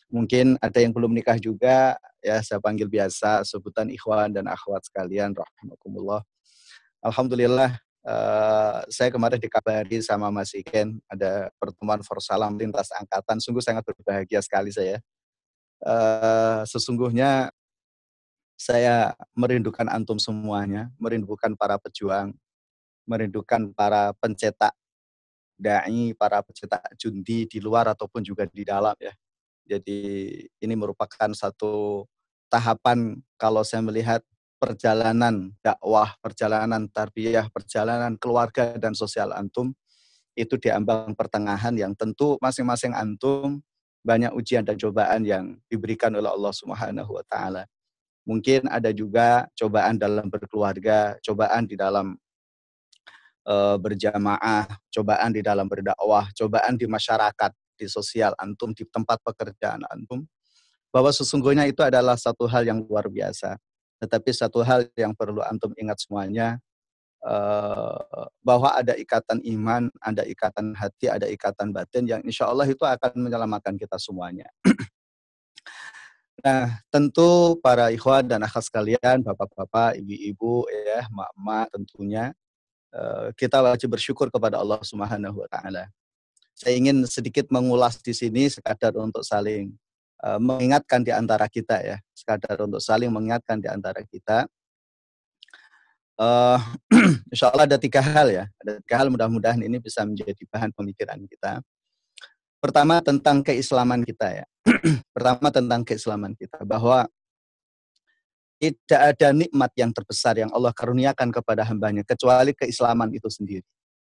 Mungkin ada yang belum nikah juga, ya saya panggil biasa sebutan ikhwan dan akhwat sekalian, rahimakumullah. Alhamdulillah, saya kemarin dikabari sama Mas Iken ada pertemuan Forsalam lintas angkatan, sungguh sangat berbahagia sekali saya. Sesungguhnya saya merindukan antum semuanya, merindukan para pejuang, merindukan para pencetak dai, para pencetak jundi di luar ataupun juga di dalam ya. Jadi ini merupakan satu tahapan kalau saya melihat perjalanan dakwah, perjalanan tarbiyah, perjalanan keluarga dan sosial antum itu di ambang pertengahan yang tentu masing-masing antum banyak ujian dan cobaan yang diberikan oleh Allah Subhanahu wa taala. Mungkin ada juga cobaan dalam berkeluarga, cobaan di dalam berjamaah, cobaan di dalam berdakwah, cobaan di masyarakat, di sosial antum, di tempat pekerjaan antum, bahwa sesungguhnya itu adalah satu hal yang luar biasa. Tetapi satu hal yang perlu antum ingat semuanya, bahwa ada ikatan iman, ada ikatan hati, ada ikatan batin yang insya Allah itu akan menyelamatkan kita semuanya. Nah, tentu para ikhwan dan akhwat sekalian, bapak-bapak, ibu-ibu, ya, mak-mak tentunya, kita wajib bersyukur kepada Allah Subhanahu wa taala. Saya ingin sedikit mengulas di sini sekadar untuk saling mengingatkan di antara kita ya, sekadar untuk saling mengingatkan di antara kita. Uh, Insya Allah ada 3 hal ya, ada 3 hal mudah-mudahan ini bisa menjadi bahan pemikiran kita. Pertama tentang keislaman kita ya, pertama tentang keislaman kita, bahwa tidak ada nikmat yang terbesar yang Allah karuniakan kepada hambanya kecuali keislaman itu sendiri.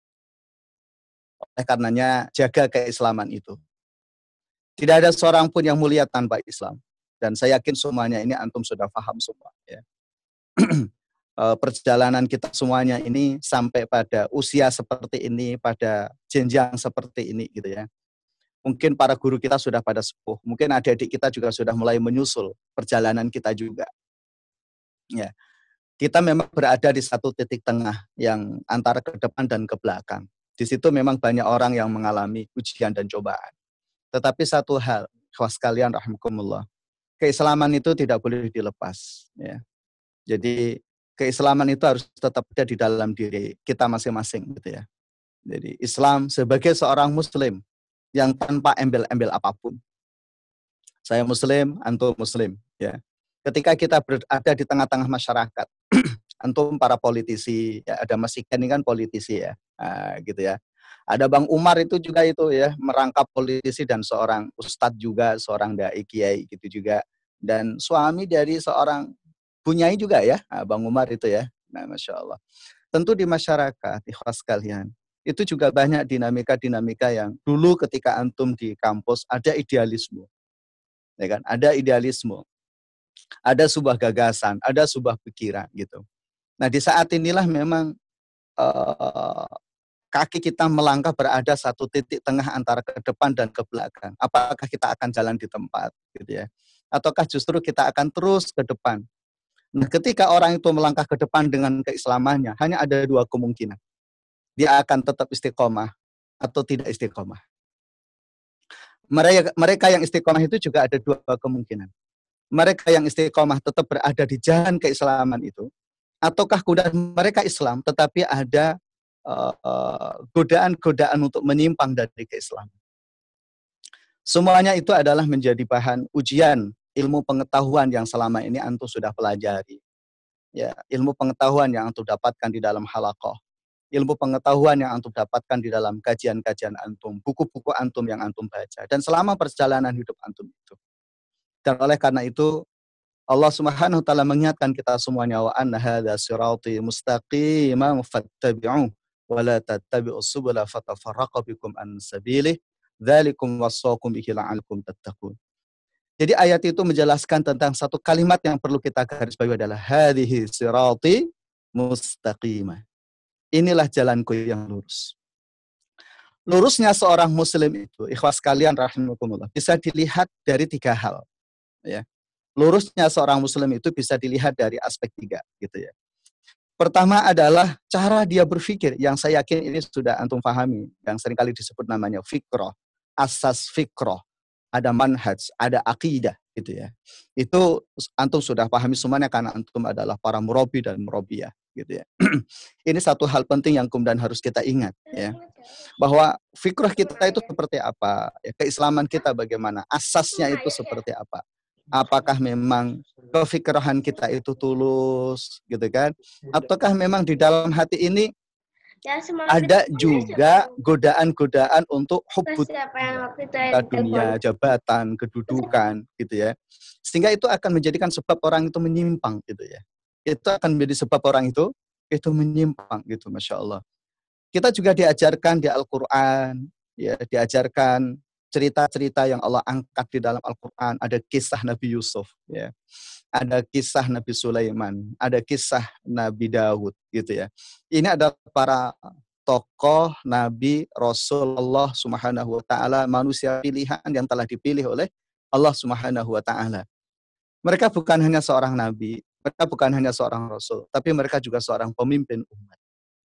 Oleh karenanya jaga keislaman itu. Tidak ada seorang pun yang mulia tanpa Islam. Dan saya yakin semuanya ini antum sudah paham semua ya. Perjalanan kita semuanya ini sampai pada usia seperti ini, pada jenjang seperti ini gitu ya. Mungkin para guru kita sudah pada sepuh, mungkin adik-adik kita juga sudah mulai menyusul perjalanan kita juga. Ya, kita memang berada di satu titik tengah yang antara ke depan dan ke belakang. Di situ memang banyak orang yang mengalami ujian dan cobaan. Tetapi satu hal, ikhwas sekalian rahimakumullah, keislaman itu tidak boleh dilepas. Ya. Jadi keislaman itu harus tetap ada di dalam diri kita masing-masing, gitu ya. Jadi Islam sebagai seorang Muslim yang tanpa embel-embel apapun. Saya Muslim, antum Muslim. Ya. Ketika kita berada di tengah-tengah masyarakat, antum para politisi, ya, ada Mas Iken ini kan politisi ya, gitu ya. Ada Bang Umar itu juga itu ya, merangkap politisi dan seorang ustadz juga, seorang dai kiai gitu juga. Dan suami dari seorang bunyai juga ya, Bang Umar itu ya. Nah, Masya Allah. Tentu di masyarakat, ikhwas sekalian, itu juga banyak dinamika-dinamika yang dulu ketika antum di kampus ada idealisme. Ya kan? Ada idealisme, ada sebuah gagasan, ada sebuah pikiran gitu. Nah, di saat inilah memang kaki kita melangkah berada satu titik tengah antara ke depan dan ke belakang. Apakah kita akan jalan di tempat, gitu ya? Ataukah justru kita akan terus ke depan? Nah, ketika orang itu melangkah ke depan dengan keislamannya, hanya ada 2 kemungkinan. Dia akan tetap istiqomah atau tidak istiqomah. Mereka yang istiqomah itu juga ada 2 kemungkinan. Mereka yang istiqomah tetap berada di jalan keislaman itu, ataukah kemudian mereka Islam tetapi ada godaan-godaan untuk menyimpang dari keislaman. Semuanya itu adalah menjadi bahan ujian ilmu pengetahuan yang selama ini antum sudah pelajari. Ya, ilmu pengetahuan yang antum dapatkan di dalam halaqah. Ilmu pengetahuan yang antum dapatkan di dalam kajian-kajian antum, buku-buku antum yang antum baca, dan selama perjalanan hidup antum itu. Dan oleh karena itu, Allah Subhanahu wa taala mengingatkan kita semuanya, wa anna hadza sirati mustaqiman fattabi'uhu wa la tattabi'us subula fatafarraqa bikum an sabilihi dzalikum wassaqum bihi la'allakum tattaqun. Jadi ayat itu menjelaskan tentang satu kalimat yang perlu kita garis bawahi adalah hadhihi sirati mustaqimah. Inilah jalanku yang lurus. Lurusnya seorang muslim itu, ikhwas kalian rahimakumullah, bisa dilihat dari 3 hal, ya. Lurusnya seorang muslim itu bisa dilihat dari aspek 3, gitu ya. Pertama adalah cara dia berpikir, yang saya yakin ini sudah antum pahami, yang seringkali disebut namanya fikroh, asas fikroh. ada manhaj, ada akidah gitu ya. Itu antum sudah pahami semuanya karena antum adalah para murabi dan murabiyah gitu ya. Ini satu hal penting yang kemudian harus kita ingat ya. Bahwa fikrah kita itu seperti apa, ya, keislaman kita bagaimana, asasnya itu seperti apa. Apakah memang kefikrahan kita itu tulus gitu kan? Ataukah memang di dalam hati ini ada juga godaan-godaan untuk hubbud dunia, jabatan, kedudukan gitu ya. Sehingga itu akan menjadikan sebab orang itu menyimpang gitu ya. Itu akan menjadi sebab orang itu menyimpang gitu, Masya Allah. Kita juga diajarkan di Al-Quran, ya, diajarkan cerita-cerita yang Allah angkat di dalam Al-Quran. Ada kisah Nabi Yusuf, ya, ada kisah Nabi Sulaiman, ada kisah Nabi Daud, gitu ya. Ini ada para tokoh Nabi Rasulullah Subhanahu Wa Taala, manusia pilihan yang telah dipilih oleh Allah Subhanahu Wa Taala. Mereka bukan hanya seorang nabi, mereka bukan hanya seorang rasul, tapi mereka juga seorang pemimpin umat.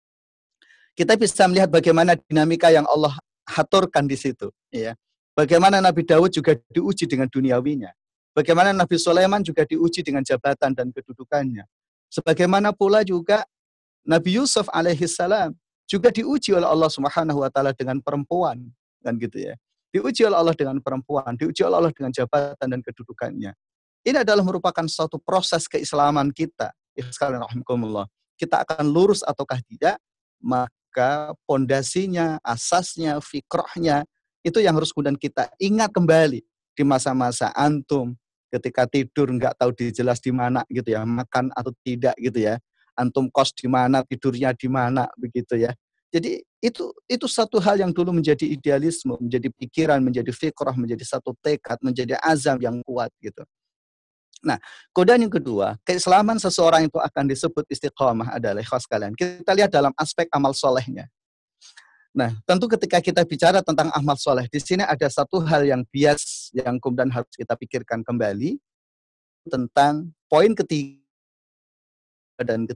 Kita bisa melihat bagaimana dinamika yang Allah aturkan di situ, ya. Bagaimana Nabi Daud juga diuji dengan duniawinya. Bagaimana Nabi Sulaiman juga diuji dengan jabatan dan kedudukannya. Sebagaimana pula juga Nabi Yusuf alaihissalam juga diuji oleh Allah Subhanahu wa taala dengan perempuan, kan gitu ya. Diuji oleh Allah dengan perempuan, diuji oleh Allah dengan jabatan dan kedudukannya. Ini adalah merupakan suatu proses keislaman kita. Sekalian rahimakumullah. Kita akan lurus ataukah tidak, maka pondasinya, asasnya, fikrahnya, itu yang harus kemudian kita ingat kembali di masa-masa antum ketika tidur nggak tahu jelas di mana gitu ya, makan atau tidak gitu ya. Antum kos di mana, tidurnya di mana begitu ya. Jadi itu satu hal yang dulu menjadi idealisme, menjadi pikiran, menjadi fikrah, menjadi satu tekad, menjadi azam yang kuat gitu. Nah, godaan yang kedua, keislaman seseorang itu akan disebut istiqomah adalah ikhwas kalian. Kita lihat dalam aspek amal solehnya. Nah, tentu ketika kita bicara tentang amal soleh, di sini ada satu hal yang bias yang kemudian harus kita pikirkan kembali tentang poin ketiga dan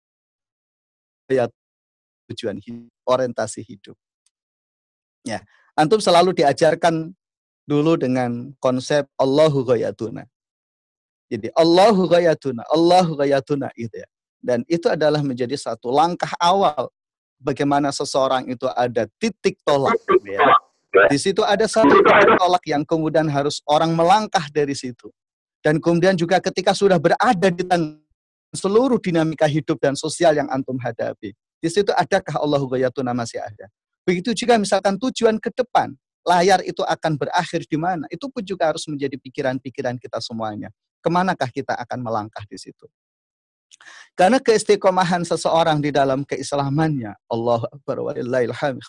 ketiga tujuan hidup, orientasi hidup. Ya, antum selalu diajarkan dulu dengan konsep Allahu ghayatuna. Jadi Allahu ghayatuna gitu ya. Dan itu adalah menjadi satu langkah awal bagaimana seseorang itu ada titik tolak ya. Di situ ada satu titik tolak yang kemudian harus orang melangkah dari situ. Dan kemudian juga ketika sudah berada di tengah seluruh dinamika hidup dan sosial yang antum hadapi, di situ adakah Allahu ghayatuna masih ada. Begitu juga misalkan tujuan ke depan, layar itu akan berakhir di mana, itu pun juga harus menjadi pikiran-pikiran kita semuanya. Kemanakah kita akan melangkah di situ? Karena keistiqomahan seseorang di dalam keislamannya, Allahu Akbar wa lillahil hamd,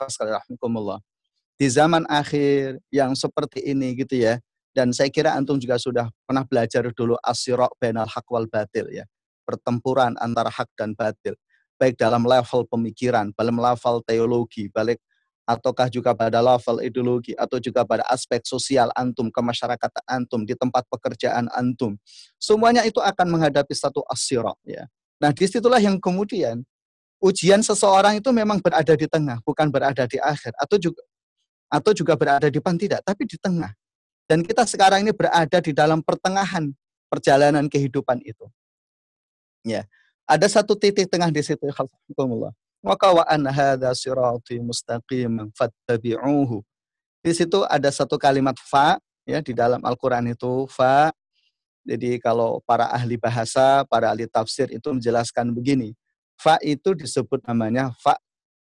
di zaman akhir yang seperti ini gitu ya. Dan saya kira antum juga sudah pernah belajar dulu as-sira' bainal haq wal batil ya. Pertempuran antara hak dan batil. Baik dalam level pemikiran, dalam level teologi, balik ataukah juga pada level ideologi atau juga pada aspek sosial antum, kemasyarakatan antum, di tempat pekerjaan antum. Semuanya itu akan menghadapi satu as-sira' ya. Nah, disitulah yang kemudian ujian seseorang itu memang berada di tengah, bukan berada di akhir atau juga berada di depan, tidak, tapi di tengah. Dan kita sekarang ini berada di dalam pertengahan perjalanan kehidupan itu. Ya. Ada satu titik tengah di situ. Alhamdulillah. Maka wa an hadza sirati mustaqiman fattabi'uhu. Di situ ada satu kalimat fa ya di dalam Al-Qur'an itu fa. Jadi kalau para ahli bahasa, para ahli tafsir itu menjelaskan begini. Fa itu disebut namanya fa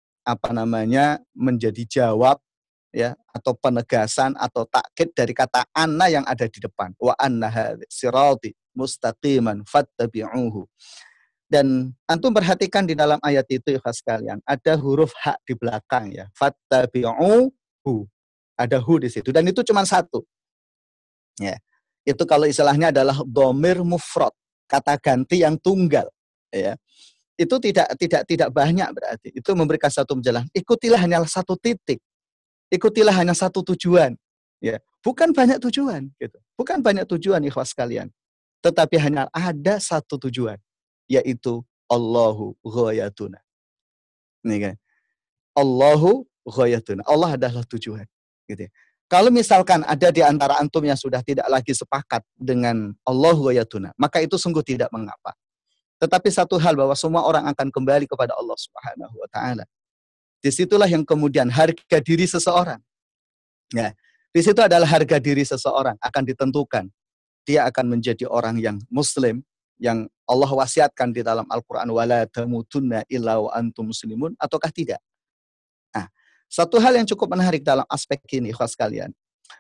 menjadi jawab ya atau penegasan atau takkid dari kata anna yang ada di depan. Wa anna hadza sirati mustaqiman fattabi'uhu. Dan antum perhatikan di dalam ayat itu ya sekalian, ada huruf ha di belakang ya. Fattabi'uhu. Ada hu di situ dan itu cuma satu. Ya. Itu kalau istilahnya adalah dhamir mufrad, kata ganti yang tunggal, ya. Itu tidak banyak berarti. Itu memberikan satu penjelasan. Ikutilah hanya satu titik. Ikutilah hanya satu tujuan. Ya. Bukan banyak tujuan gitu. Bukan banyak tujuan ikhwas sekalian. Tetapi hanya ada satu tujuan, yaitu Allahu ghayatuna. Nih kan. Allahu ghayatuna. Allah adalah tujuan. Gitu ya. Kalau misalkan ada di antara antum yang sudah tidak lagi sepakat dengan Allahu ghayatuna, maka itu sungguh tidak mengapa. Tetapi satu hal bahwa semua orang akan kembali kepada Allah Subhanahu wa taala. Disitulah yang kemudian harga diri seseorang. Ya, di situ adalah harga diri seseorang akan ditentukan. Dia akan menjadi orang yang muslim, yang Allah wasiatkan di dalam Al-Quran, wala tamutunna illa wa antum muslimun, ataukah tidak. Nah, satu hal yang cukup menarik dalam aspek ini, ikhwas sekalian.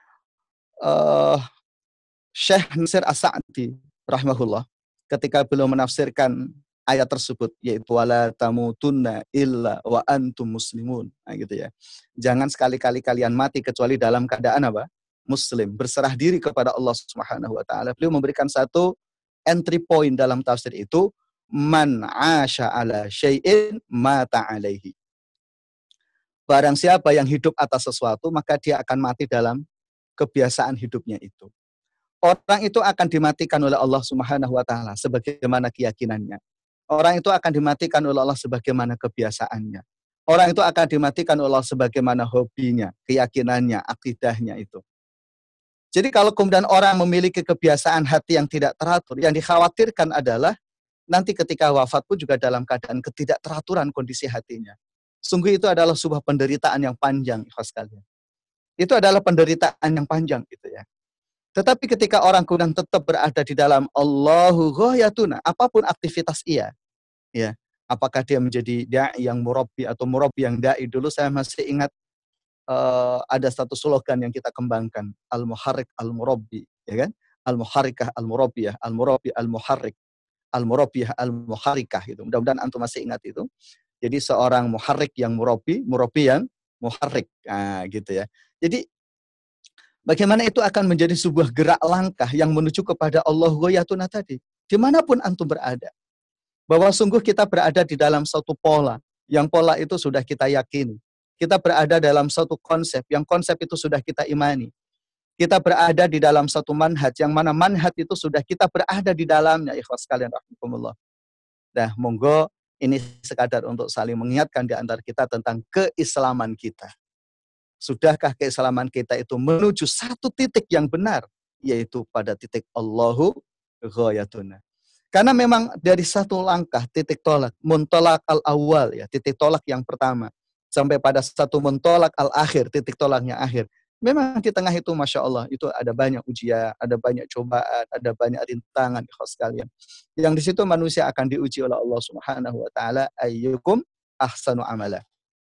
Syekh Nasir As-Sa'di rahimahullah ketika beliau menafsirkan ayat tersebut, yaitu wala tamutunna illa wa antum muslimun. Nah, gitu ya. Jangan sekali-kali kalian mati kecuali dalam keadaan apa? Muslim, berserah diri kepada Allah Subhanahu wa taala. Beliau memberikan satu entry point dalam tafsir itu, man 'asha 'ala syai'in mata 'alaihi. Barang siapa yang hidup atas sesuatu, maka dia akan mati dalam kebiasaan hidupnya itu. Orang itu akan dimatikan oleh Allah Subhanahu wa taala sebagaimana keyakinannya. Orang itu akan dimatikan oleh Allah sebagaimana kebiasaannya. Orang itu akan dimatikan oleh Allah sebagaimana hobinya, keyakinannya, akidahnya itu. Jadi kalau kemudian orang memiliki kebiasaan hati yang tidak teratur, yang dikhawatirkan adalah nanti ketika wafat pun juga dalam keadaan ketidakteraturan kondisi hatinya. Sungguh itu adalah sebuah penderitaan yang panjang, ikhwas sekalian. Itu adalah penderitaan yang panjang gitu ya. Tetapi ketika orang kemudian tetap berada di dalam Allahu ghayatuna, apapun aktivitas ia, ya, apakah dia menjadi dai yang murabbi atau murabbi yang dai, dulu saya masih ingat ada satu slogan yang kita kembangkan, al-muharrik al-murabbi, ya kan? Al-muharrikah al-murabbiyah, al-murabbi al-muharrik, al-murabbiyah al-muharrikah itu. Mudah-mudahan antum masih ingat itu. Jadi seorang muharrik yang murabbi, murabbi yang muharrik. Nah, gitu ya. Jadi bagaimana itu akan menjadi sebuah gerak langkah yang menuju kepada Allah ghayatuna tadi. Dimanapun antum berada. Bahwa sungguh kita berada di dalam satu pola. Yang pola itu sudah kita yakini. Kita berada dalam satu konsep. Yang konsep itu sudah kita imani. Kita berada di dalam satu manhaj. Yang mana manhaj itu sudah kita berada di dalamnya. Ikhwas sekalian rahmatullah. Nah, monggo ini sekadar untuk saling mengingatkan di antara kita tentang keislaman kita. Sudahkah keislaman kita itu menuju satu titik yang benar, yaitu pada titik Allahu ghayatuna. Karena memang dari satu langkah titik tolak, muntolak al-awwal, ya, titik tolak yang pertama, sampai pada satu muntolak al-akhir, titik tolaknya akhir. Memang di tengah itu, Masya Allah, itu ada banyak ujian, ada banyak cobaan, ada banyak rintangan, ikhwas sekalian. Yang di situ manusia akan diuji oleh Allah Subhanahu wa taala, ayyukum ahsanu amala.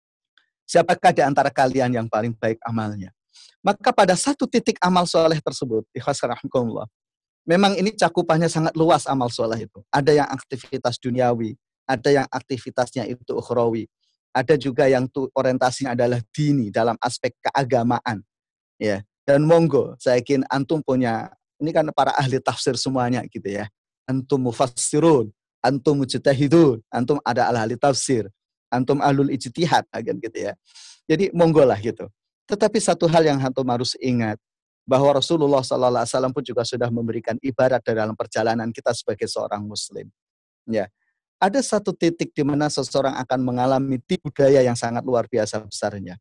Siapakah di antara kalian yang paling baik amalnya? Maka pada satu titik amal soleh tersebut, ikhlas rahmatullah, memang ini cakupannya sangat luas amal soleh itu. Ada yang aktivitas duniawi, ada yang aktivitasnya itu ukhrawi, ada juga yang orientasinya adalah dini dalam aspek keagamaan. Ya. Dan monggo, saya yakin antum punya, ini kan para ahli tafsir semuanya gitu ya. Antum mufassirun, antum mujtahidun, antum ada ahli tafsir. Antum ahlul ijtihad kan gitu ya. Jadi monggo lah gitu. Tetapi satu hal yang antum harus ingat, bahwa Rasulullah SAW pun juga sudah memberikan ibarat dalam perjalanan kita sebagai seorang muslim. Ya. Ada satu titik di mana seseorang akan mengalami tipu daya yang sangat luar biasa besarnya.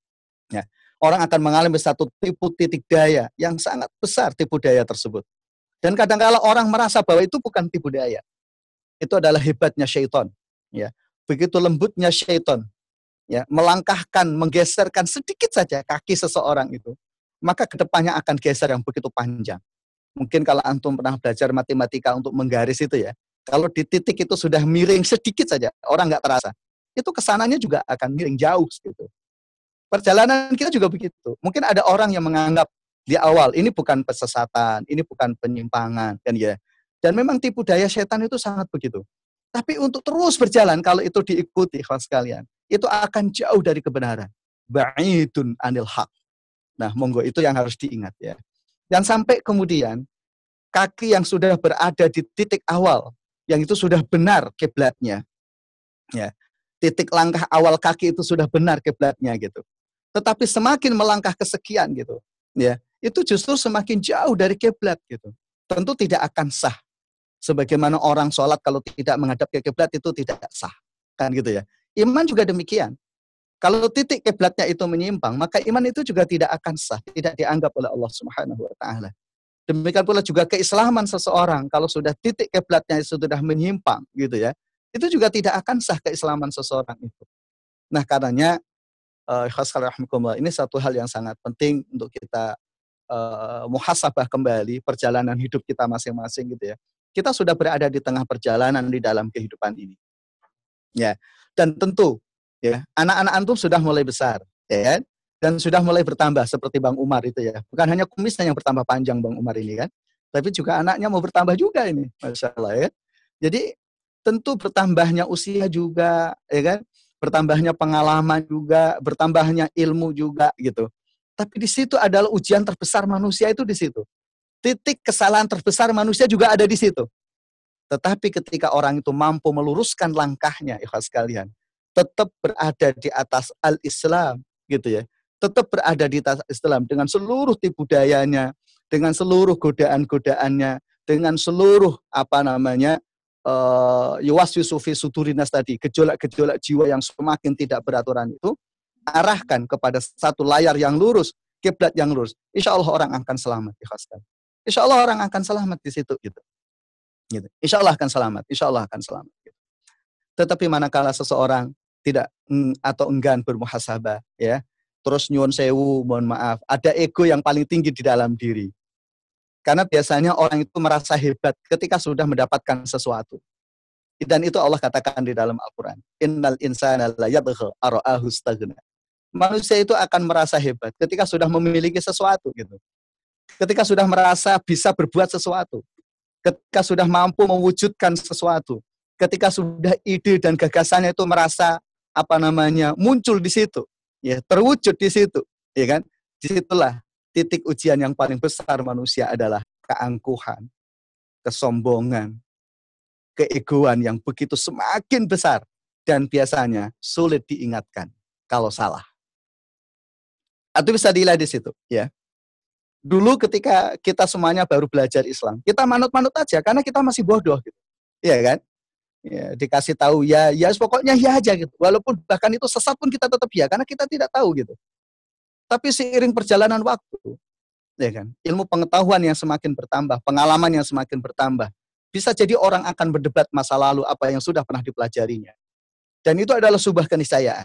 Ya. Orang akan mengalami satu titik daya yang sangat besar, tipu daya tersebut. Dan kadang-kala orang merasa bahwa itu bukan tipu daya. Itu adalah hebatnya syaitan. Ya. Begitu lembutnya syaitan, ya, melangkahkan, menggeserkan sedikit saja kaki seseorang itu, maka kedepannya akan geser yang begitu panjang. Mungkin kalau antum pernah belajar matematika untuk menggaris itu ya, kalau di titik itu sudah miring sedikit saja, orang nggak terasa. Itu kesananya juga akan miring jauh gitu. Perjalanan kita juga begitu. Mungkin ada orang yang menganggap di awal ini bukan kesesatan, ini bukan penyimpangan, kan ya. Dan memang tipu daya setan itu sangat begitu. Tapi untuk terus berjalan, kalau itu diikuti, kawan sekalian, itu akan jauh dari kebenaran. Ba'idun anil haq. Nah, monggo itu yang harus diingat ya. Dan sampai kemudian, kaki yang sudah berada di titik awal, yang itu sudah benar kiblatnya. Ya. Titik langkah awal kaki itu sudah benar kiblatnya gitu. Tetapi semakin melangkah kesekian gitu, ya, itu justru semakin jauh dari kiblat gitu. Tentu tidak akan sah. Sebagaimana orang sholat kalau tidak menghadap ke kiblat itu tidak sah, kan gitu ya. Iman juga demikian. Kalau titik kiblatnya itu menyimpang, maka iman itu juga tidak akan sah, tidak dianggap oleh Allah Subhanahu wa taala. Demikian pula juga keislaman seseorang kalau sudah titik kiblatnya sudah menyimpang gitu ya. Itu juga tidak akan sah keislaman seseorang itu. Nah, karenanya ini satu hal yang sangat penting untuk kita muhasabah kembali perjalanan hidup kita masing-masing gitu ya. Kita sudah berada di tengah perjalanan di dalam kehidupan ini. Ya. Dan tentu ya, anak-anak antum sudah mulai besar, ya kan? Dan sudah mulai bertambah seperti Bang Umar itu ya. Bukan hanya kumisnya yang bertambah panjang Bang Umar ini kan, tapi juga anaknya mau bertambah juga ini, Masya Allah ya. Jadi tentu bertambahnya usia juga, ya kan? Bertambahnya pengalaman juga, bertambahnya ilmu juga gitu. Tapi di situ adalah ujian terbesar manusia itu di situ. Titik kesalahan terbesar manusia juga ada di situ. Tetapi ketika orang itu mampu meluruskan langkahnya, ikhlas sekalian, tetap berada di atas al-Islam, gitu ya. Tetap berada di atas Islam dengan seluruh tipu dayanya, dengan seluruh godaan-godaannya, dengan seluruh yuwaswisu fi sudurinas tadi, gejolak-gejolak jiwa yang semakin tidak beraturan itu, arahkan kepada satu layar yang lurus, kiblat yang lurus. Insya Allah orang akan selamat, ikhlas sekalian. Insya Allah orang akan selamat di situ, gitu. Gitu. Insya Allah akan selamat, insya Allah akan selamat. Gitu. Tetapi manakala seseorang tidak atau enggan bermuhasabah, ya, terus nyuwun sewu, mohon maaf, ada ego yang paling tinggi di dalam diri. Karena biasanya orang itu merasa hebat ketika sudah mendapatkan sesuatu. Dan itu Allah katakan di dalam Al-Quran. Innal insana la yabgha ara'ahu istaghna. Manusia itu akan merasa hebat ketika sudah memiliki sesuatu gitu. Ketika sudah merasa bisa berbuat sesuatu. Ketika sudah mampu mewujudkan sesuatu, ketika sudah ide dan gagasannya itu merasa muncul di situ, ya terwujud di situ, ya kan? Disitulah titik ujian yang paling besar manusia adalah keangkuhan, kesombongan, keegoan yang begitu semakin besar dan biasanya sulit diingatkan kalau salah. Atau bisa dilihat di situ, ya. Dulu ketika kita semuanya baru belajar Islam, kita manut-manut aja karena kita masih bodoh gitu. Iya kan? Ya, dikasih tahu ya pokoknya ya aja gitu. Walaupun bahkan itu sesat pun kita tetap ya karena kita tidak tahu gitu. Tapi seiring perjalanan waktu, ya kan? Ilmu pengetahuan yang semakin bertambah, pengalaman yang semakin bertambah. Bisa jadi orang akan berdebat masa lalu apa yang sudah pernah dipelajarinya. Dan itu adalah sebuah keniscayaan.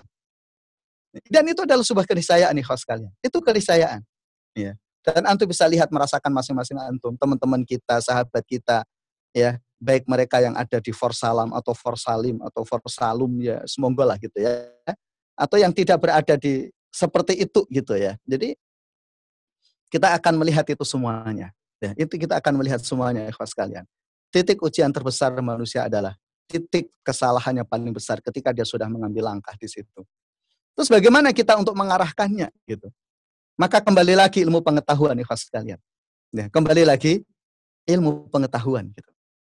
Dan itu adalah sebuah keniscayaan nih host kalian. Itu keniscayaan. Ya. Dan antum bisa lihat merasakan masing-masing antum, teman-teman kita, sahabat kita, ya, baik mereka yang ada di Forsalam atau Forsalim atau Forsalum ya, semoga lah gitu ya. Atau yang tidak berada di seperti itu gitu ya. Jadi kita akan melihat itu semuanya. Ya, itu kita akan melihat semuanya ikhwas sekalian. Titik ujian terbesar manusia adalah titik kesalahannya paling besar ketika dia sudah mengambil langkah di situ. Terus bagaimana kita untuk mengarahkannya gitu? Maka kembali lagi ilmu pengetahuan ikhwas sekalian. Ya, kembali lagi ilmu pengetahuan gitu.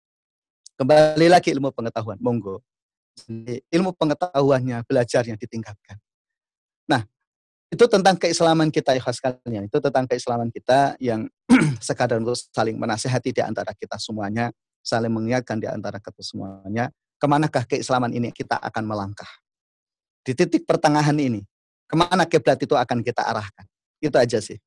Kembali lagi ilmu pengetahuan, monggo. Ilmu pengetahuannya, belajarnya ditingkatkan. Nah, itu tentang keislaman kita ikhwas sekalian. Itu tentang keislaman kita yang sekadar untuk saling menasihati di antara kita semuanya, saling mengingatkan di antara kita semuanya, kemanakah keislaman ini kita akan melangkah. Di titik pertengahan ini, kemana kiblat itu akan kita arahkan. Itu aja sih.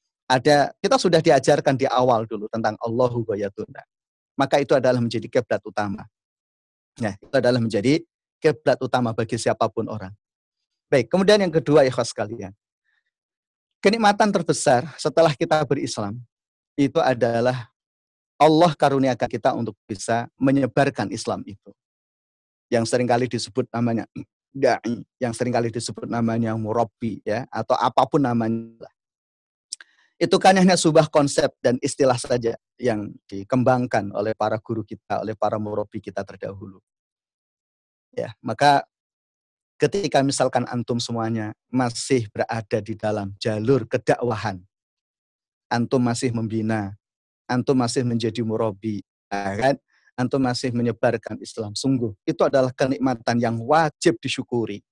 Kita sudah diajarkan di awal dulu tentang Allahu ghayatuna. Maka itu adalah menjadi kiblat utama. Nah, itu adalah menjadi kiblat utama bagi siapapun orang. Baik, kemudian yang kedua ikhwas sekalian. Kenikmatan terbesar setelah kita berislam itu adalah Allah karuniakan kita untuk bisa menyebarkan Islam itu. Yang seringkali disebut namanya da'i, yang seringkali disebut namanya murabbi ya, atau apapun namanya. Itu kan hanya sebuah konsep dan istilah saja yang dikembangkan oleh para guru kita, oleh para murabbi kita terdahulu. Ya, maka ketika misalkan antum semuanya masih berada di dalam jalur kedakwahan, antum masih membina, antum masih menjadi murabbi, ya kan? Antum masih menyebarkan Islam. Sungguh, itu adalah kenikmatan yang wajib disyukuri.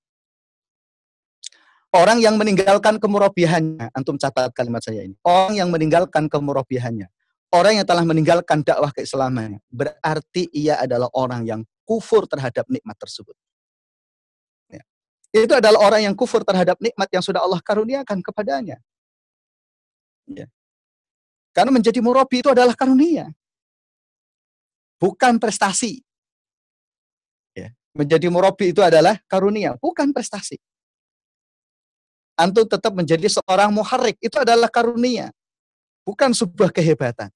Orang yang meninggalkan kemurabihannya, antum catat kalimat saya ini. Orang yang meninggalkan kemurabihannya, orang yang telah meninggalkan dakwah keislamannya, berarti ia adalah orang yang kufur terhadap nikmat tersebut. Ya. Itu adalah orang yang kufur terhadap nikmat yang sudah Allah karuniakan kepadanya. Ya. Karena menjadi murabi itu adalah karunia, bukan prestasi. Ya. Menjadi murabi itu adalah karunia, bukan prestasi. Antum tetap menjadi seorang muharrik, itu adalah karunia, bukan sebuah kehebatan.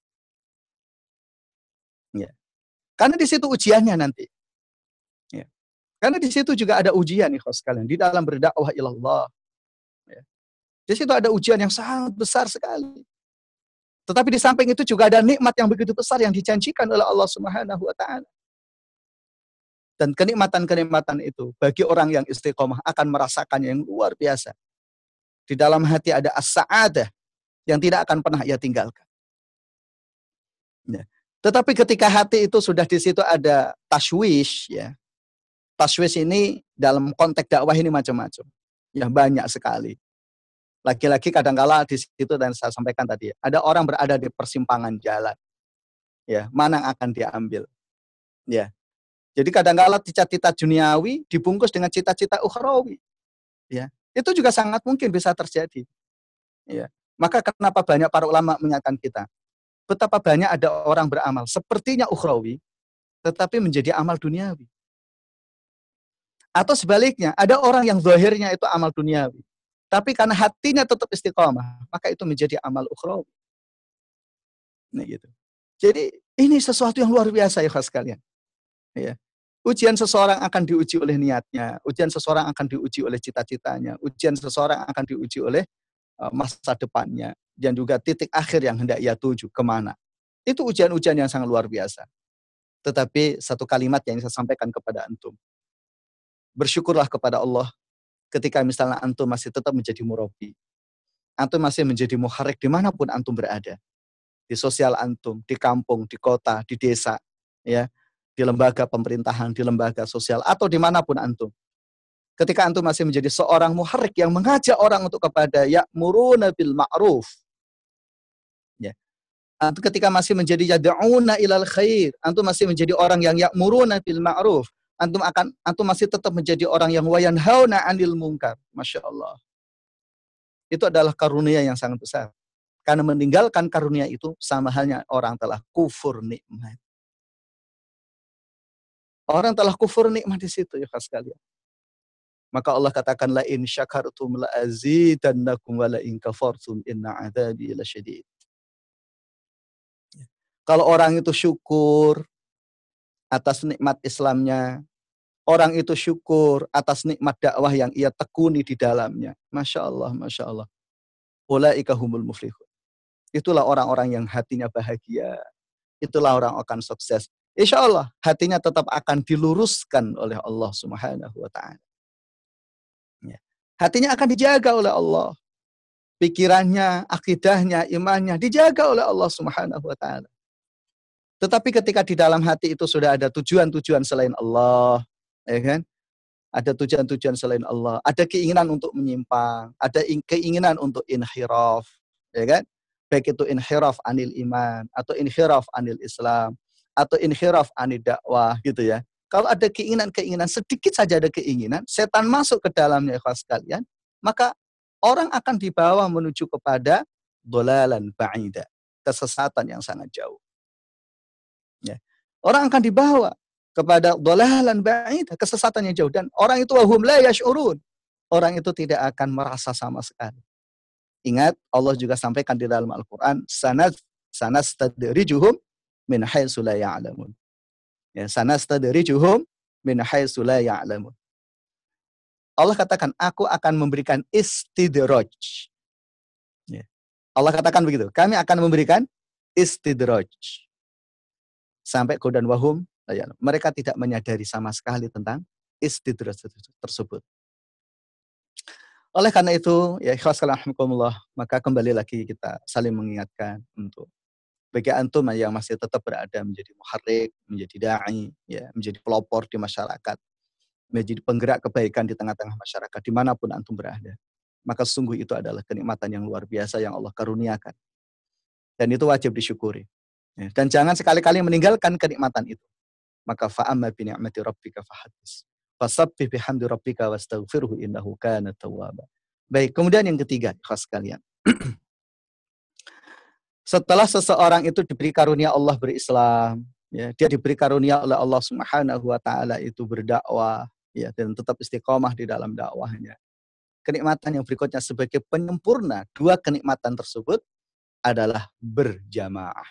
Ya. Karena di situ ujiannya nanti. Ya. Karena di situ juga ada ujian nih sekalian di dalam berdakwah ilallah. Ya. Di situ ada ujian yang sangat besar sekali. Tetapi di samping itu juga ada nikmat yang begitu besar yang dijanjikan oleh Allah Subhanahu wa taala. Dan kenikmatan-kenikmatan itu bagi orang yang istiqomah akan merasakannya yang luar biasa. Di dalam hati ada as-sa'adah yang tidak akan pernah ia tinggalkan. Ya. Tetapi ketika hati itu sudah di situ ada tashwish, ya. Tashwish ini dalam konteks dakwah ini macam-macam. Ya banyak sekali. Lagi-lagi kadangkala di situ dan saya sampaikan tadi, ada orang berada di persimpangan jalan. Ya, mana yang akan diambil? Ya. Jadi kadangkala cita-cita duniawi dibungkus dengan cita-cita ukhrawi. Ya. Itu juga sangat mungkin bisa terjadi. Ya. Maka kenapa banyak para ulama mengingatkan kita, betapa banyak ada orang beramal sepertinya ukhrawi, tetapi menjadi amal duniawi. Atau sebaliknya, ada orang yang zahirnya itu amal duniawi, tapi karena hatinya tetap istiqomah, maka itu menjadi amal ukhrawi. Nah gitu. Jadi ini sesuatu yang luar biasa ya sekalian. Ya. Ujian seseorang akan diuji oleh niatnya, ujian seseorang akan diuji oleh cita-citanya, ujian seseorang akan diuji oleh masa depannya, dan juga titik akhir yang hendak ia tuju, kemana. Itu ujian-ujian yang sangat luar biasa. Tetapi satu kalimat yang saya sampaikan kepada antum, bersyukurlah kepada Allah ketika misalnya antum masih tetap menjadi murabi, antum masih menjadi muharrik dimanapun antum berada, di sosial antum, di kampung, di kota, di desa, ya, di lembaga pemerintahan, di lembaga sosial, atau dimanapun antum. Ketika antum masih menjadi seorang muharrik yang mengajak orang untuk kepada ya'muruna bil ma'ruf. Ya. Antum ketika masih menjadi yad'una ilal khair, antum masih menjadi orang yang ya'muruna bil ma'ruf. Antum masih tetap menjadi orang yang wayanhauna 'anil munkar. Masya Allah. Itu adalah karunia yang sangat besar. Karena meninggalkan karunia itu sama halnya orang telah kufur nikmat. Orang telah kufur nikmat di situ ya sekalian. Maka Allah katakan la in syakartum la azidannakum wa la in kafartum inna adzabi lasyadid. Kalau orang itu syukur atas nikmat Islamnya, orang itu syukur atas nikmat dakwah yang ia tekuni di dalamnya. Masya Allah, Masya Allah. Ulaika humul muflihun. Itulah orang-orang yang hatinya bahagia. Itulah orang akan sukses. Insya Allah hatinya tetap akan diluruskan oleh Allah Subhanahu wa ta'ala. Ya. Hatinya akan dijaga oleh Allah. Pikirannya, akidahnya, imannya dijaga oleh Allah Subhanahu wa ta'ala. Tetapi ketika di dalam hati itu sudah ada tujuan-tujuan selain Allah, ya kan? Ada tujuan-tujuan selain Allah, ada keinginan untuk menyimpang, ada keinginan untuk inhiraf, ya kan? Baik itu inhiraf anil iman, atau inhiraf anil Islam, atau inhiraf anil dakwah, gitu ya. Kalau ada keinginan-keinginan, sedikit saja ada keinginan, setan masuk ke dalamnya, ikhwas sekalian, maka orang akan dibawa menuju kepada dhalalan ba'ida, kesesatan yang sangat jauh. Ya. Orang akan dibawa kepada dhalalan ba'id, kesesatan yang jauh, dan orang itu wahum la yash'urun. Orang itu tidak akan merasa sama sekali. Ingat, Allah juga sampaikan di dalam Al-Qur'an, sanastadrijuhum min haitsu la ya'lamun. Ya, sanastadrijuhum min haitsu la ya'lamun. Allah katakan, aku akan memberikan istidraj. Ya. Allah katakan begitu, kami akan memberikan istidraj. Sampai kemudian wahum, mereka tidak menyadari sama sekali tentang istidraj tersebut. Oleh karena itu, ya ikhwas kalahumullah, maka kembali lagi kita saling mengingatkan untuk bagi antum yang masih tetap berada menjadi muharrik, menjadi da'i, ya, menjadi pelopor di masyarakat, menjadi penggerak kebaikan di tengah-tengah masyarakat, dimanapun antum berada. Maka sungguh itu adalah kenikmatan yang luar biasa yang Allah karuniakan. Dan itu wajib disyukuri. Ya, dan jangan sekali-kali meninggalkan kenikmatan itu. Maka fa'amma bi ni'mati rabbika fahadits. Fasabbih bihamdi rabbika wastaghfirhu innahu kana tawwaba. Baik, kemudian yang ketiga, ikhlas sekalian. Setelah seseorang itu diberi karunia Allah berislam, ya, dia diberi karunia oleh Allah Subhanahu wa taala itu berdakwah, ya, dan tetap istiqomah di dalam dakwahnya. Kenikmatan yang berikutnya sebagai penyempurna dua kenikmatan tersebut adalah berjamaah.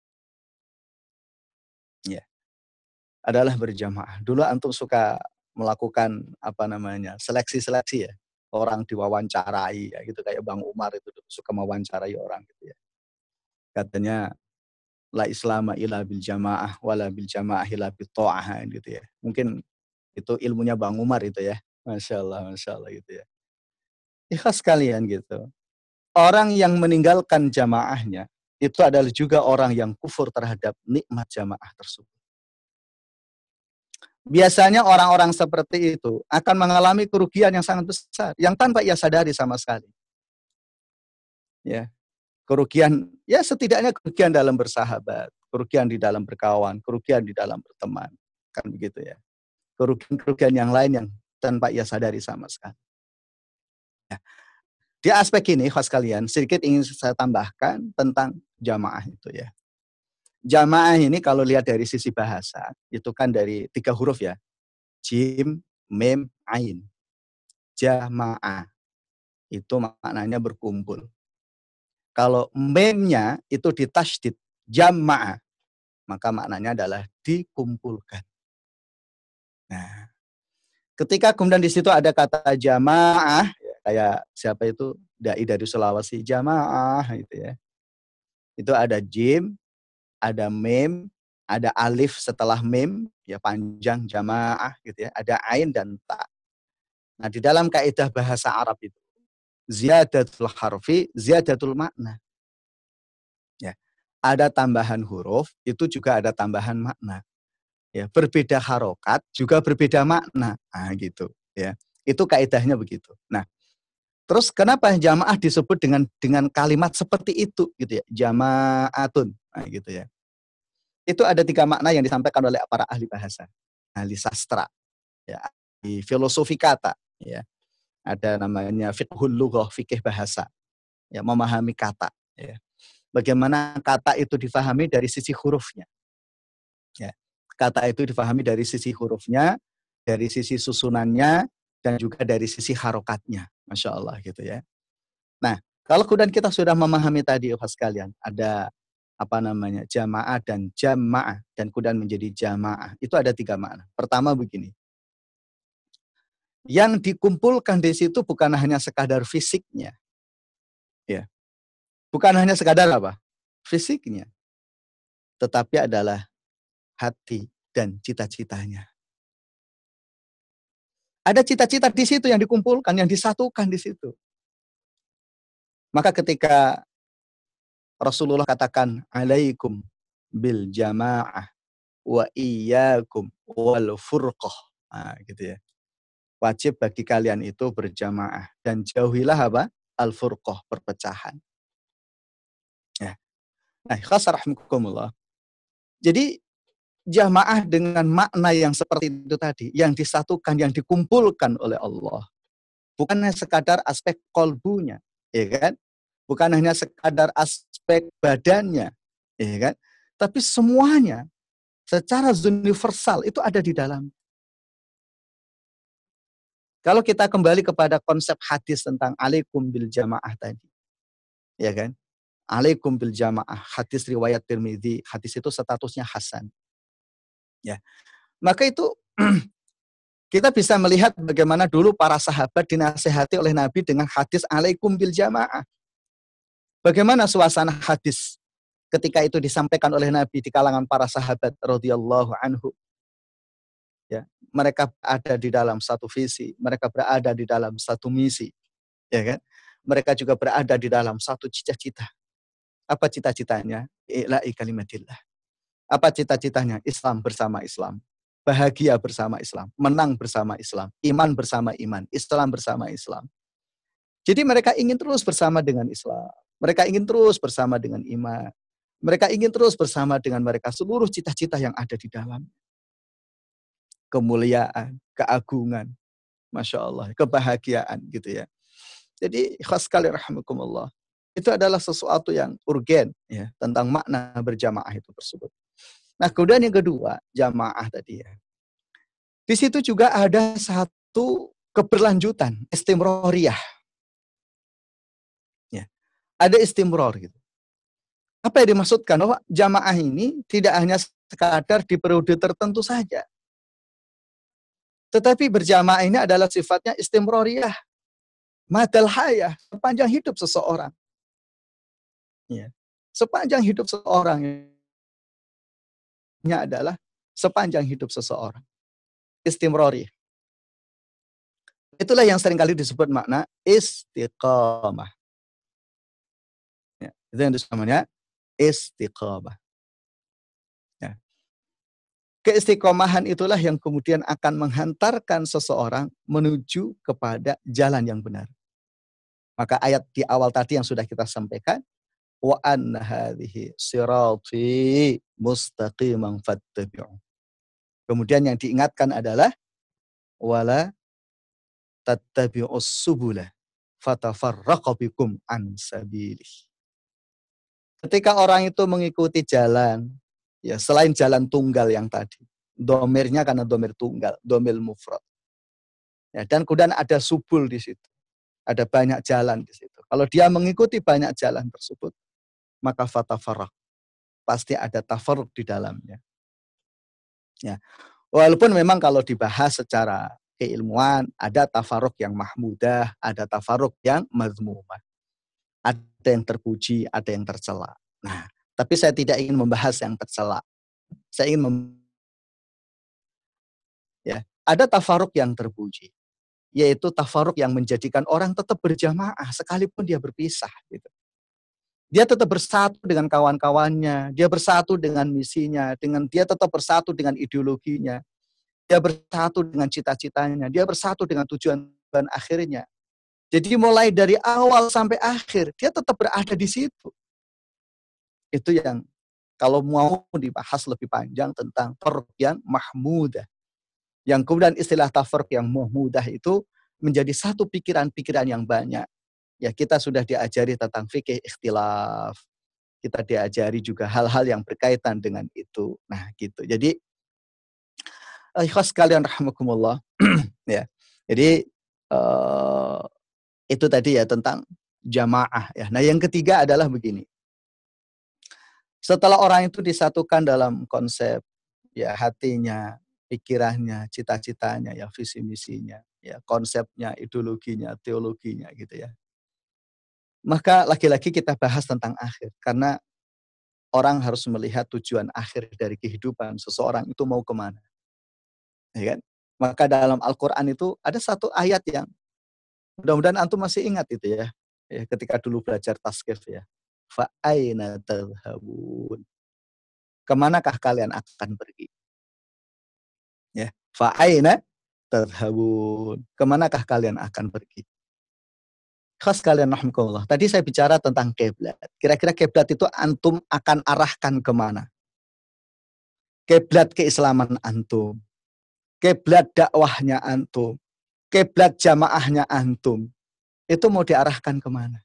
Ya, adalah berjamaah. Dulu antum suka melakukan seleksi-seleksi ya. Orang diwawancarai ya gitu kayak Bang Umar itu suka mewawancarai orang gitu ya. Katanya la islama illa bil jamaah wala bil jamaah illa bit ta'ah gitu ya. Mungkin itu ilmunya Bang Umar itu ya. Masya Allah gitu ya. Ikhlas sekalian gitu. Orang yang meninggalkan jamaahnya itu adalah juga orang yang kufur terhadap nikmat jamaah tersebut. Biasanya orang-orang seperti itu akan mengalami kerugian yang sangat besar yang tanpa ia sadari sama sekali. Ya, kerugian ya setidaknya kerugian dalam bersahabat, kerugian di dalam berkawan, kerugian di dalam berteman, kan begitu ya. Kerugian-kerugian yang lain yang tanpa ia sadari sama sekali. Ya. Di aspek ini, khas kalian, sedikit ingin saya tambahkan tentang jamaah itu ya. Jamaah ini kalau lihat dari sisi bahasa, itu kan dari 3 huruf ya. Jim, mem, ain. Jamaah. Itu maknanya berkumpul. Kalau memnya itu ditasydid, jamaah, maka maknanya adalah dikumpulkan. Nah, ketika kemudian di situ ada kata jamaah, ya, kayak siapa itu dai dari Sulawesi, jamaah gitu ya. Itu ada jim, ada mem, ada alif setelah mem, ya panjang jamaah gitu ya. Ada ain dan ta. Nah, di dalam kaidah bahasa Arab itu ziyadatul harfi, ziyadatul makna. Ya. Ada tambahan huruf, itu juga ada tambahan makna. Ya, berbeda harokat juga berbeda makna. Nah, gitu ya. Itu kaidahnya begitu. Nah, terus kenapa jamaah disebut dengan kalimat seperti itu gitu ya? Jamaatun. Nah, gitu ya. Itu ada 3 makna yang disampaikan oleh para ahli bahasa, ahli sastra, ya, ahli filosofi kata, ya. Ada namanya fiqhul lughah, fikih bahasa, ya, memahami kata, ya. Bagaimana kata itu difahami dari sisi hurufnya, ya. Kata itu difahami dari sisi hurufnya, dari sisi susunannya, dan juga dari sisi harokatnya. Masya Allah gitu ya. Nah, kalau kemudian kita sudah memahami tadi, sekalian, ada jamaah dan jamaah dan kemudian menjadi jamaah. Itu ada 3 makna. Pertama begini. Yang dikumpulkan di situ bukan hanya sekadar fisiknya. Ya. Bukan hanya sekadar apa? Fisiknya. Tetapi adalah hati dan cita-citanya. Ada cita-cita di situ yang dikumpulkan, yang disatukan di situ. Maka ketika Rasulullah katakan, alaikum bil jamaah wa iyyakum wal furqah. Nah, gitu ya. Wajib bagi kalian itu berjamaah dan jauhilah apa? Al-furqah, perpecahan. Ya. Nah, khasarahmukumullah. Jadi jamaah dengan makna yang seperti itu tadi, yang disatukan, yang dikumpulkan oleh Allah. Bukan hanya sekadar aspek kolbunya, ya kan? Bukan hanya sekadar aspek badannya, ya kan? Tapi semuanya secara universal itu ada di dalam. Kalau kita kembali kepada konsep hadis tentang alaikum bil jamaah tadi, ya kan? Alaikum bil jamaah, hadis riwayat Tirmidzi, hadis itu statusnya hasan. Ya. Maka itu kita bisa melihat bagaimana dulu para sahabat dinasehati oleh Nabi dengan hadis alaikum bil jamaah. Bagaimana suasana hadis ketika itu disampaikan oleh Nabi di kalangan para sahabat radhiyallahu anhu. Ya, mereka berada di dalam satu visi, mereka berada di dalam satu misi, ya kan? Mereka juga berada di dalam satu cita-cita. Apa cita-citanya? Ila'i kalimatillah. Apa cita-citanya? Islam bersama Islam. Bahagia bersama Islam. Menang bersama Islam. Iman bersama iman. Islam bersama Islam. Jadi mereka ingin terus bersama dengan Islam. Mereka ingin terus bersama dengan iman. Mereka ingin terus bersama dengan mereka seluruh cita-cita yang ada di dalam. kemuliaan, keagungan, Masya Allah, kebahagiaan gitu ya. Jadi khas sekali rahimakumullah. Itu adalah sesuatu yang urgen ya tentang makna berjamaah itu tersebut. Nah, kemudian yang kedua, jamaah tadi ya. Di situ juga ada satu keberlanjutan, istimroriyah. Ya, ada istimror gitu. Apa yang dimaksudkan? Bahwa jamaah ini tidak hanya sekadar di periode tertentu saja. Tetapi berjamaah ini adalah sifatnya istimroriyah. Madal hayah, sepanjang hidup seseorang. Ya. Sepanjang hidup seseorang adalah sepanjang hidup seseorang. Istimrori. Itulah yang seringkali disebut makna istiqamah. Ya, itu yang disebut namanya istiqamah. Ya. Keistiqomahan itulah yang kemudian akan menghantarkan seseorang menuju kepada jalan yang benar. Maka ayat di awal tadi yang sudah kita sampaikan, wa anna hadhihi sirati mustaqiman fattabi'u. Kemudian yang diingatkan adalah wala tattabi'us subula fatafarraqu bikum an sabilih. Ketika orang itu mengikuti jalan, ya selain jalan tunggal yang tadi, domirnya karena domir tunggal, domir mufrad. Ya, dan kemudian ada subul di situ, ada banyak jalan di situ. Kalau dia mengikuti banyak jalan tersebut, maka fatafarraq, pasti ada tafarruq di dalamnya. Ya, walaupun memang kalau dibahas secara keilmuan, ada tafarruq yang mahmudah, ada tafarruq yang mazmumah. Ada yang terpuji, ada yang tercela. Nah, tapi saya tidak ingin membahas yang tercela. Saya ingin ya, ada tafarruq yang terpuji, yaitu tafarruq yang menjadikan orang tetap berjamaah sekalipun dia berpisah gitu. Dia tetap bersatu dengan kawan-kawannya, dia bersatu dengan misinya, dia tetap bersatu dengan ideologinya, dia bersatu dengan cita-citanya, dia bersatu dengan tujuan dan akhirnya. Jadi mulai dari awal sampai akhir, dia tetap berada di situ. Itu yang kalau mau dibahas lebih panjang tentang tafarruq yang mahmudah. Yang kemudian istilah tafarruq yang mahmudah itu menjadi satu pikiran-pikiran yang banyak. Ya, kita sudah diajari tentang fikih ikhtilaf. Kita diajari juga hal-hal yang berkaitan dengan itu. Nah, gitu. Jadi ikhwas sekalian rahimakumullah. Ya. Jadi itu tadi ya tentang jamaah ya. Nah, yang ketiga adalah begini. Setelah orang itu disatukan dalam konsep ya hatinya, pikirannya, cita-citanya, ya visi misinya, ya konsepnya, ideologinya, teologinya gitu ya. Maka lagi-lagi kita bahas tentang akhir karena orang harus melihat tujuan akhir dari kehidupan seseorang itu mau kemana. Ya kan? Maka dalam Al-Quran itu ada satu ayat yang mudah-mudahan antum masih ingat itu ya. Ya ketika dulu belajar tasqif ya. Fa'aina tadhhabun. Kemanakah kalian akan pergi? Ya. Fa'aina tadhhabun. Kemanakah kalian akan pergi? Khas kalian rahmatullah. Tadi saya bicara tentang kiblat. Kira-kira kiblat itu antum akan arahkan kemana? Kiblat keislaman antum. Kiblat dakwahnya antum. Kiblat jamaahnya antum. Itu mau diarahkan kemana?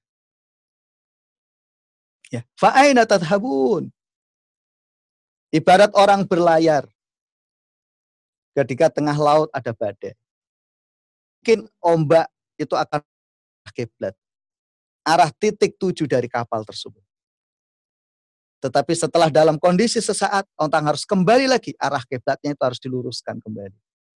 Ya. Fa'aina tadhhabun. Ibarat orang berlayar. Ketika tengah laut ada badai. Mungkin ombak itu akan kiblat. Arah titik tuju dari kapal tersebut. Tetapi setelah dalam kondisi sesaat, orang harus kembali lagi. Arah kiblatnya itu harus diluruskan kembali.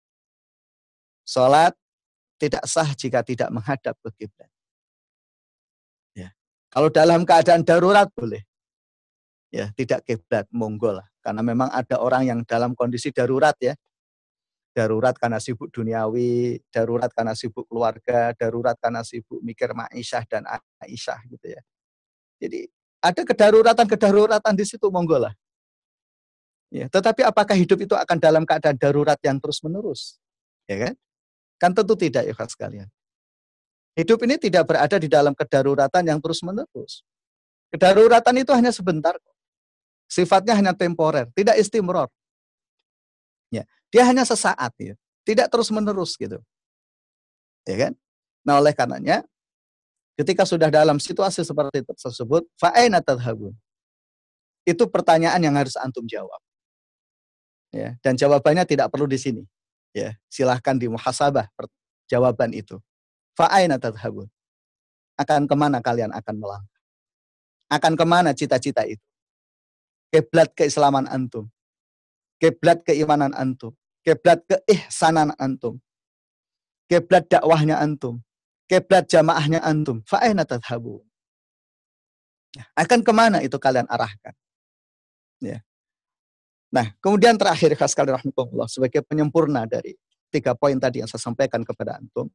Salat tidak sah jika tidak menghadap ke kiblat. Ya. Kalau dalam keadaan darurat boleh. Ya, tidak kiblat, monggo lah. Karena memang ada orang yang dalam kondisi darurat ya. Darurat karena sibuk duniawi, darurat karena sibuk keluarga, darurat karena sibuk mikir Ma'isyah dan Aisyah gitu ya. Jadi ada kedaruratan di situ monggo lah. Ya, tetapi apakah hidup itu akan dalam keadaan darurat yang terus-menerus? Ya kan? Kan tentu tidak ya sekalian. Hidup ini tidak berada di dalam kedaruratan yang terus-menerus. Kedaruratan itu hanya sebentar. Sifatnya hanya temporer, tidak istimror. Ya. Dia hanya sesaat ya, tidak terus-menerus gitu. Ya kan? Nah, oleh karenanya ketika sudah dalam situasi seperti tersebut, fa aina tadhhabun? Itu pertanyaan yang harus antum jawab. Ya, dan jawabannya tidak perlu di sini. Ya, silahkan dimuhasabah jawaban itu. Fa aina tadhhabun? Akan kemana kalian akan melangkah? Akan kemana cita-cita itu? Kiblat keislaman antum, kiblat keimanan antum, kiblat keihsanan antum, kiblat dakwahnya antum, kiblat jamaahnya antum. Fa aina tadhhabun? Akan kemana itu kalian arahkan? Ya. Nah, kemudian terakhir khas kali rahmatullah sebagai penyempurna dari 3 poin tadi yang saya sampaikan kepada antum.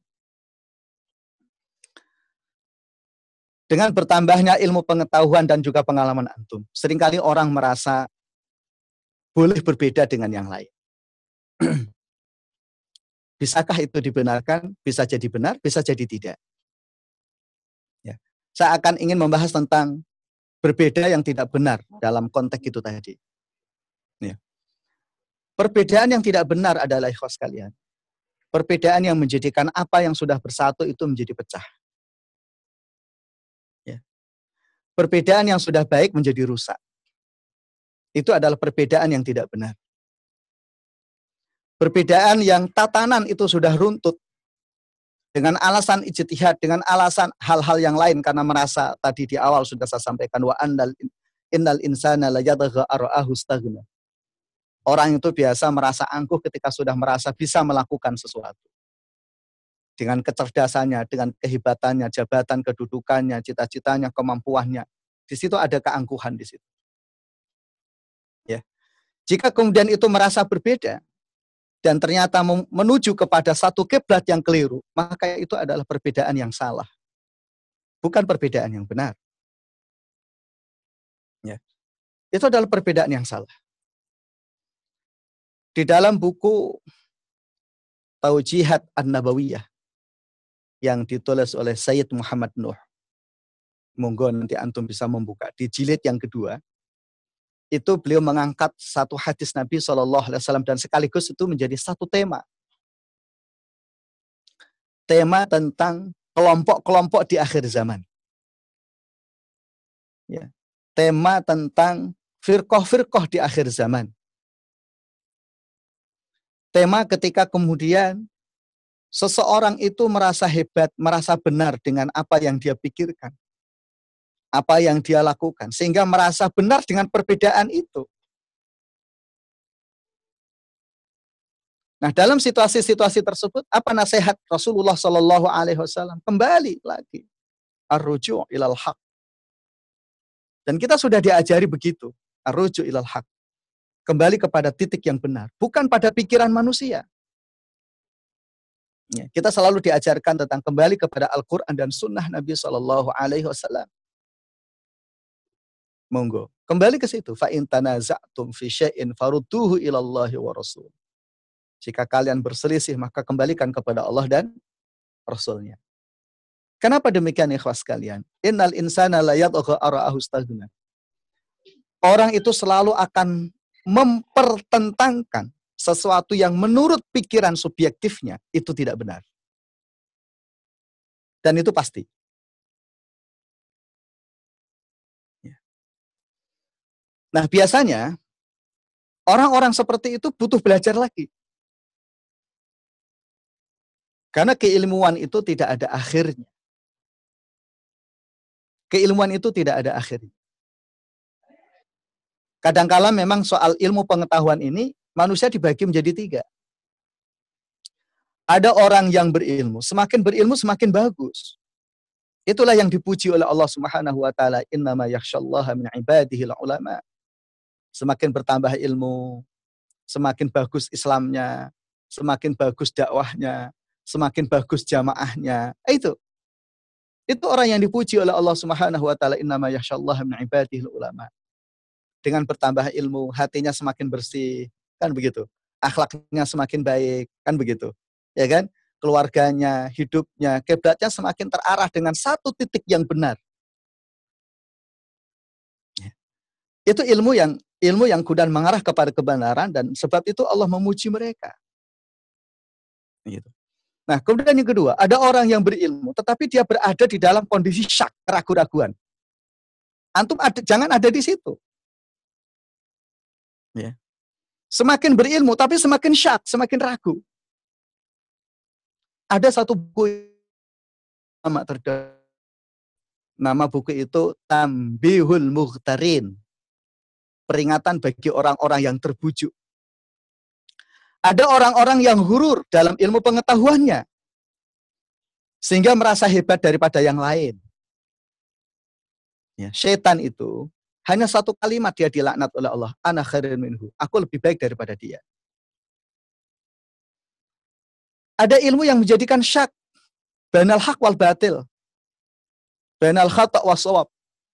Dengan bertambahnya ilmu pengetahuan dan juga pengalaman antum, seringkali orang merasa boleh berbeda dengan yang lain. Bisakah itu dibenarkan? Bisa jadi benar, bisa jadi tidak. Ya. Saya akan ingin membahas tentang berbeda yang tidak benar dalam konteks itu tadi. Ya. Perbedaan yang tidak benar adalah ikhwas kalian. Perbedaan yang menjadikan apa yang sudah bersatu itu menjadi pecah. Ya. Perbedaan yang sudah baik menjadi rusak. Itu adalah perbedaan yang tidak benar. Perbedaan yang tatanan itu sudah runtut. Dengan alasan ijtihad, dengan alasan hal-hal yang lain karena merasa tadi di awal sudah saya sampaikan wa innal insana la yadgha ara'ahu istaghna. Orang itu biasa merasa angkuh ketika sudah merasa bisa melakukan sesuatu. Dengan kecerdasannya, dengan kehebatannya, jabatan, kedudukannya, cita-citanya, kemampuannya. Di situ ada keangkuhan di situ. Ya. Jika kemudian itu merasa berbeda dan ternyata menuju kepada satu kiblat yang keliru, maka itu adalah perbedaan yang salah. Bukan perbedaan yang benar. Ya. Itu adalah perbedaan yang salah. Di dalam buku Taujihat An-Nabawiyah yang ditulis oleh Sayyid Muhammad Nuh. Monggo nanti antum bisa membuka. Di jilid yang kedua, itu beliau mengangkat satu hadis Nabi SAW dan sekaligus itu menjadi satu tema. Tema tentang kelompok-kelompok di akhir zaman. Ya. Tema tentang firqah-firqah di akhir zaman. Tema ketika kemudian seseorang itu merasa hebat, merasa benar dengan apa yang dia pikirkan. Apa yang dia lakukan. Sehingga merasa benar dengan perbedaan itu. Nah, dalam situasi-situasi tersebut, apa nasihat Rasulullah SAW? Kembali lagi. Ar-ruju' ilal haq. Dan kita sudah diajari begitu. Ar-ruju' ilal haq. Kembali kepada titik yang benar. Bukan pada pikiran manusia. Ya, kita selalu diajarkan tentang kembali kepada Al-Quran dan Sunnah Nabi SAW. Monggo. Kembali ke situ. Fa in tanaza'tum fi syai'in farudduhu ilallahi wa rasul. Jika kalian berselisih, maka kembalikan kepada Allah dan Rasulnya. Kenapa demikian ikhwas kalian? Innal insana la yadgha ara'ahu istaghna. Orang itu selalu akan mempertentangkan sesuatu yang menurut pikiran subjektifnya itu tidak benar. Dan itu pasti. Nah, biasanya orang-orang seperti itu butuh belajar lagi. Karena keilmuan itu tidak ada akhirnya. Keilmuan itu tidak ada akhirnya. Kadangkala memang soal ilmu pengetahuan ini manusia dibagi menjadi 3. Ada orang yang berilmu, semakin berilmu semakin bagus. Itulah yang dipuji oleh Allah Subhanahu wa taala, innama yakhsyallaha min ibadihil ulama. Semakin bertambah ilmu, semakin bagus Islamnya, semakin bagus dakwahnya, semakin bagus jamaahnya. Itu orang yang dipuji oleh Allah Subhanahu wa taala, innama yakhsyallaha min ibadihil ulama. Dengan bertambah ilmu, hatinya semakin bersih, kan begitu. Akhlaknya semakin baik, kan begitu. Ya kan? Keluarganya, hidupnya, kiblatnya semakin terarah dengan satu titik yang benar. Itu ilmu yang Ilmu yang kemudian mengarah kepada kebenaran, dan sebab itu Allah memuji mereka. Gitu. Nah, kemudian yang kedua, ada orang yang berilmu, tetapi dia berada di dalam kondisi syak, keraguan-raguan. Antum jangan ada di situ. Ya. Semakin berilmu, tapi semakin syak, semakin ragu. Ada satu buku nama buku itu Tambihul Mughtarin. Peringatan bagi orang-orang yang terbujuk. Ada orang-orang yang hurur dalam ilmu pengetahuannya, sehingga merasa hebat daripada yang lain. Ya, setan itu hanya satu kalimat dia dilaknat oleh Allah. Ana khairun minhu. Aku lebih baik daripada dia. Ada ilmu yang menjadikan syak. Bainal haq wal batil. Bainal khata' was shawab.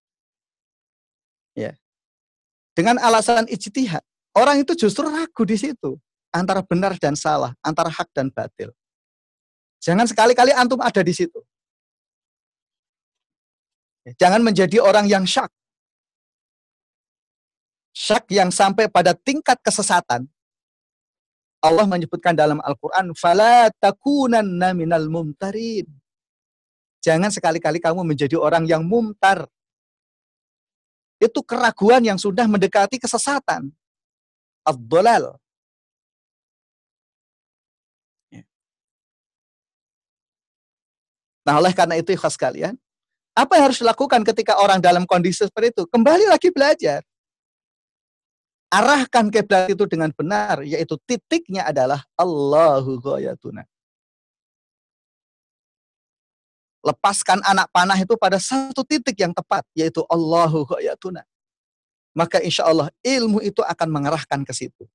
Ya. Dengan alasan ijtihad. Orang itu justru ragu di situ. Antara benar dan salah. Antara hak dan batil. Jangan sekali-kali antum ada di situ. Jangan menjadi orang yang syak. Syak yang sampai pada tingkat kesesatan. Allah menyebutkan dalam Al-Quran, "Fala takunanna minal mumtarin." Jangan sekali-kali kamu menjadi orang yang mumtar. Itu keraguan yang sudah mendekati kesesatan. Ad-dhalal. Nah, oleh karena itu, ikhwas sekalian, apa yang harus dilakukan ketika orang dalam kondisi seperti itu? Kembali lagi belajar. Arahkan kiblat itu dengan benar, yaitu titiknya adalah Allahu ghayatuna. Lepaskan anak panah itu pada satu titik yang tepat, yaitu Allahu ghayatuna. Maka insya Allah ilmu itu akan mengarahkan ke situ.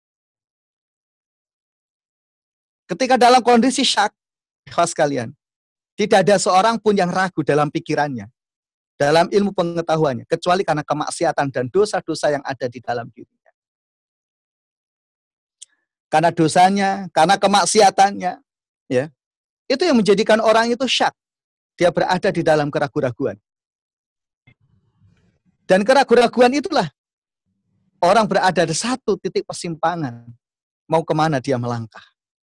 Ketika dalam kondisi syak, ikhwas sekalian, tidak ada seorang pun yang ragu dalam pikirannya, dalam ilmu pengetahuannya, kecuali karena kemaksiatan dan dosa-dosa yang ada di dalam dirinya. Karena dosanya, karena kemaksiatannya, ya, itu yang menjadikan orang itu syak. Dia berada di dalam keraguan-raguan. Dan keraguan-raguan itulah orang berada di satu titik persimpangan. Mau kemana dia melangkah.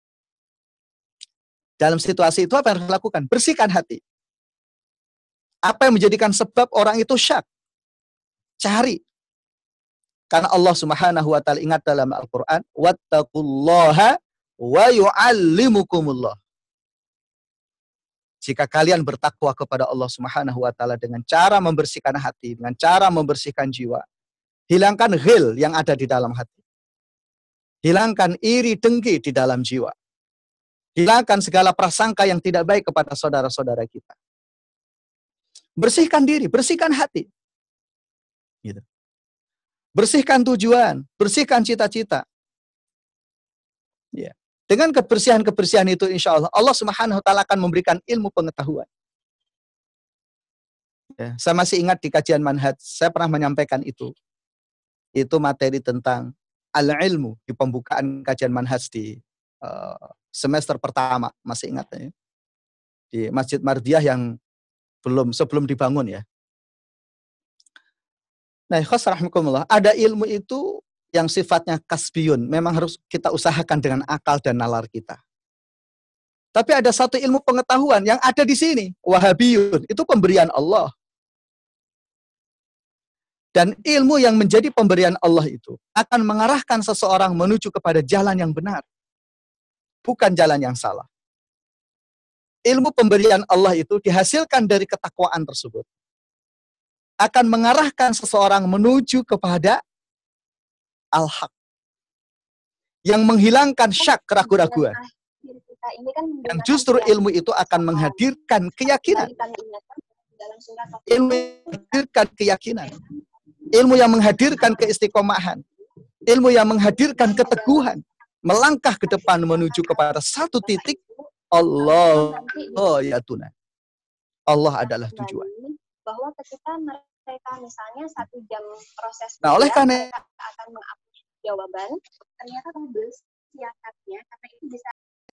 Dalam situasi itu apa yang harus dilakukan? Bersihkan hati. Apa yang menjadikan sebab orang itu syak? Cari. Karena Allah Subhanahu wa taala ingat dalam Al-Qur'an, "Wattaqullaha wa yu'allimukumullah." Jika kalian bertakwa kepada Allah Subhanahu wa taala dengan cara membersihkan hati, dengan cara membersihkan jiwa, hilangkan ghil yang ada di dalam hati. Hilangkan iri dengki di dalam jiwa. Hilangkan segala prasangka yang tidak baik kepada saudara-saudara kita. Bersihkan diri, bersihkan hati. Gitu. Bersihkan tujuan, bersihkan cita-cita. Ya. Dengan kebersihan-kebersihan itu insya Allah, Allah Subhanahu wa taala akan memberikan ilmu pengetahuan. Ya, saya masih ingat di kajian manhaj, saya pernah menyampaikan itu. Itu materi tentang al-ilmu di pembukaan kajian manhaj di semester pertama, masih ingat ya. Di Masjid Mardiyah yang sebelum dibangun ya. Nah, ikhwas rahimakumullah, ada ilmu itu yang sifatnya kasbiyun, memang harus kita usahakan dengan akal dan nalar kita. Tapi ada satu ilmu pengetahuan yang ada di sini, wahabiyun, itu pemberian Allah. Dan ilmu yang menjadi pemberian Allah itu akan mengarahkan seseorang menuju kepada jalan yang benar, bukan jalan yang salah. Ilmu pemberian Allah itu dihasilkan dari ketakwaan tersebut. Akan mengarahkan seseorang menuju kepada al-haq. Yang menghilangkan syak, keraguan-raguan. Dan justru ilmu itu akan menghadirkan keyakinan. Ilmu yang menghadirkan keyakinan. Ilmu yang menghadirkan keistiqomahan. Ilmu yang menghadirkan keteguhan. Melangkah ke depan menuju kepada satu titik. Allah ghayatuna. Allah adalah tujuan. Bahwa ketika mereka misalnya 1 jam proses nah, oleh karena mereka akan mengupload jawaban, ternyata tabel siasatnya karena itu bisa.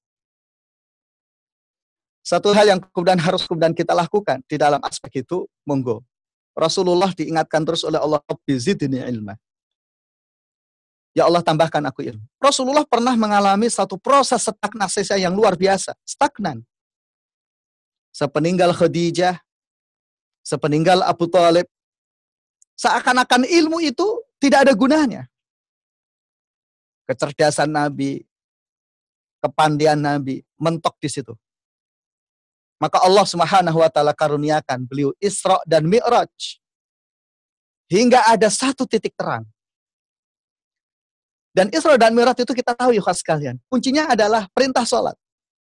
Satu hal yang harus kita lakukan di dalam aspek itu, monggo. Rasulullah diingatkan terus oleh Allah, bizidni ilma. Ya Allah, tambahkan aku ilmu. Rasulullah pernah mengalami satu proses stagnasi yang luar biasa. Stagnan. Sepeninggal Khadijah, sepeninggal Abu Thalib, seakan-akan ilmu itu tidak ada gunanya. Kecerdasan Nabi, kepandian Nabi, mentok di situ. Maka Allah Subhanahu wa taala karuniakan beliau Isra dan Mi'raj. Hingga ada satu titik terang. Dan Isra dan Mi'raj itu kita tahu ya sekalian. Kuncinya adalah perintah sholat.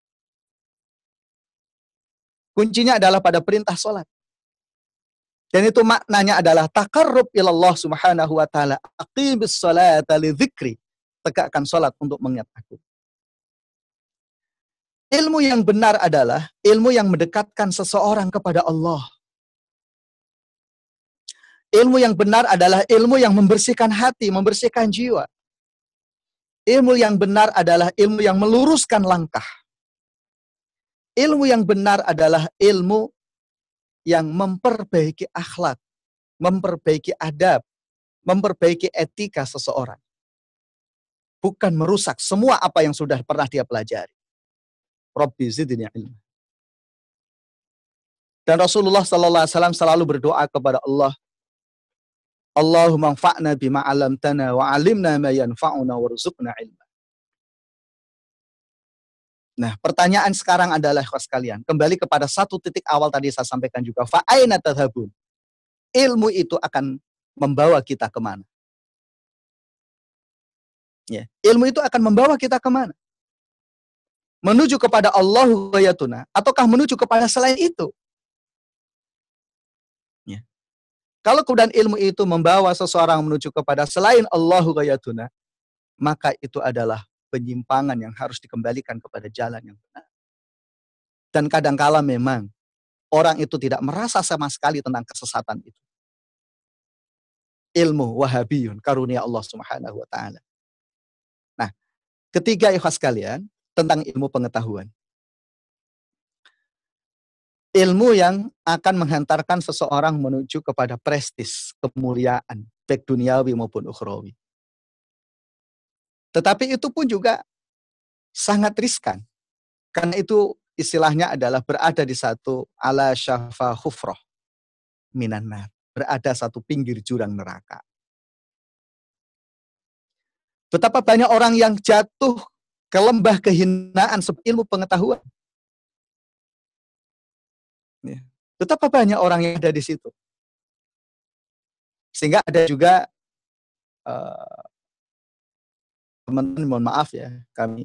Kuncinya adalah pada perintah sholat. Dan itu maknanya adalah taqarrub ilallah Subhanahu wa taala. Aqimis sholata li dzikri. Tegakkan sholat untuk mengingat aku. Ilmu yang benar adalah ilmu yang mendekatkan seseorang kepada Allah. Ilmu yang benar adalah ilmu yang membersihkan hati, membersihkan jiwa. Ilmu yang benar adalah ilmu yang meluruskan langkah. Ilmu yang benar adalah ilmu yang memperbaiki akhlak, memperbaiki adab, memperbaiki etika seseorang. Bukan merusak semua apa yang sudah pernah dia pelajari. Rabbi zidni ilma. Dan Rasulullah sallallahu alaihi wasallam selalu berdoa kepada Allah, Allahumma anfa'na bima 'allamtana wa 'allimna ma yanfa'una warzuqna ilma. Nah, pertanyaan sekarang adalah sekalian, kembali kepada satu titik awal tadi saya sampaikan juga, fa aina tadhhabun? Ilmu itu akan membawa kita kemana? Ya, ilmu itu akan membawa kita kemana? Menuju kepada Allahu ghayatuna, ataukah menuju kepada selain itu? Ya. Kalau kemudian ilmu itu membawa seseorang menuju kepada selain Allahu ghayatuna, maka itu adalah penyimpangan yang harus dikembalikan kepada jalan yang benar. Dan kadangkala memang orang itu tidak merasa sama sekali tentang kesesatan itu. Ilmu wahabiyun, karunia Allah Subhanahu wa taala. Nah, ketiga ikhwas sekalian, tentang ilmu pengetahuan. Ilmu yang akan menghantarkan seseorang menuju kepada prestis, kemuliaan, baik duniawi maupun ukhrawi. Tetapi itu pun juga sangat riskan. Karena itu istilahnya adalah berada di satu ala syafa khufrah minan nar. Berada satu pinggir jurang neraka. Betapa banyak orang yang jatuh ke lembah kehinaan ilmu pengetahuan. Ya. Betapa banyak orang yang ada di situ. Sehingga ada juga teman-teman, mohon maaf ya, kami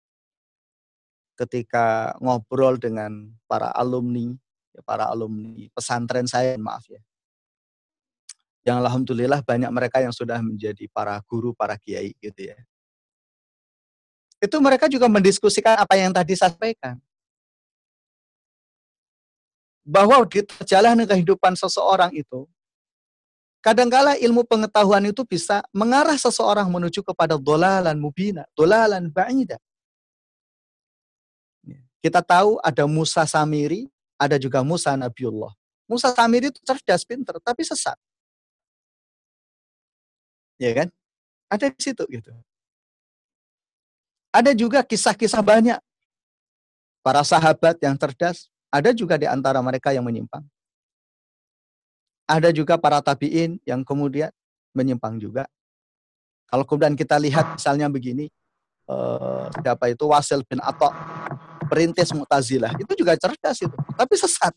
ketika ngobrol dengan para alumni pesantren saya, maaf ya, yang alhamdulillah banyak mereka yang sudah menjadi para guru, para kiai gitu ya. Itu mereka juga mendiskusikan apa yang tadi saya sampaikan. Bahwa di perjalanan kehidupan seseorang itu, kadangkala ilmu pengetahuan itu bisa mengarah seseorang menuju kepada dhalalan mubina, dhalalan ba'ida. Kita tahu ada Musa Samiri, ada juga Musa Nabiullah. Musa Samiri itu cerdas, pintar, tapi sesat. Ya kan? Ada di situ gitu. Ada juga kisah-kisah banyak para sahabat yang cerdas, ada juga di antara mereka yang menyimpang. Ada juga para tabi'in yang kemudian menyimpang juga. Kalau kemudian kita lihat misalnya begini, siapa itu Wasil bin Atha, perintis Mu'tazilah, itu juga cerdas itu, tapi sesat.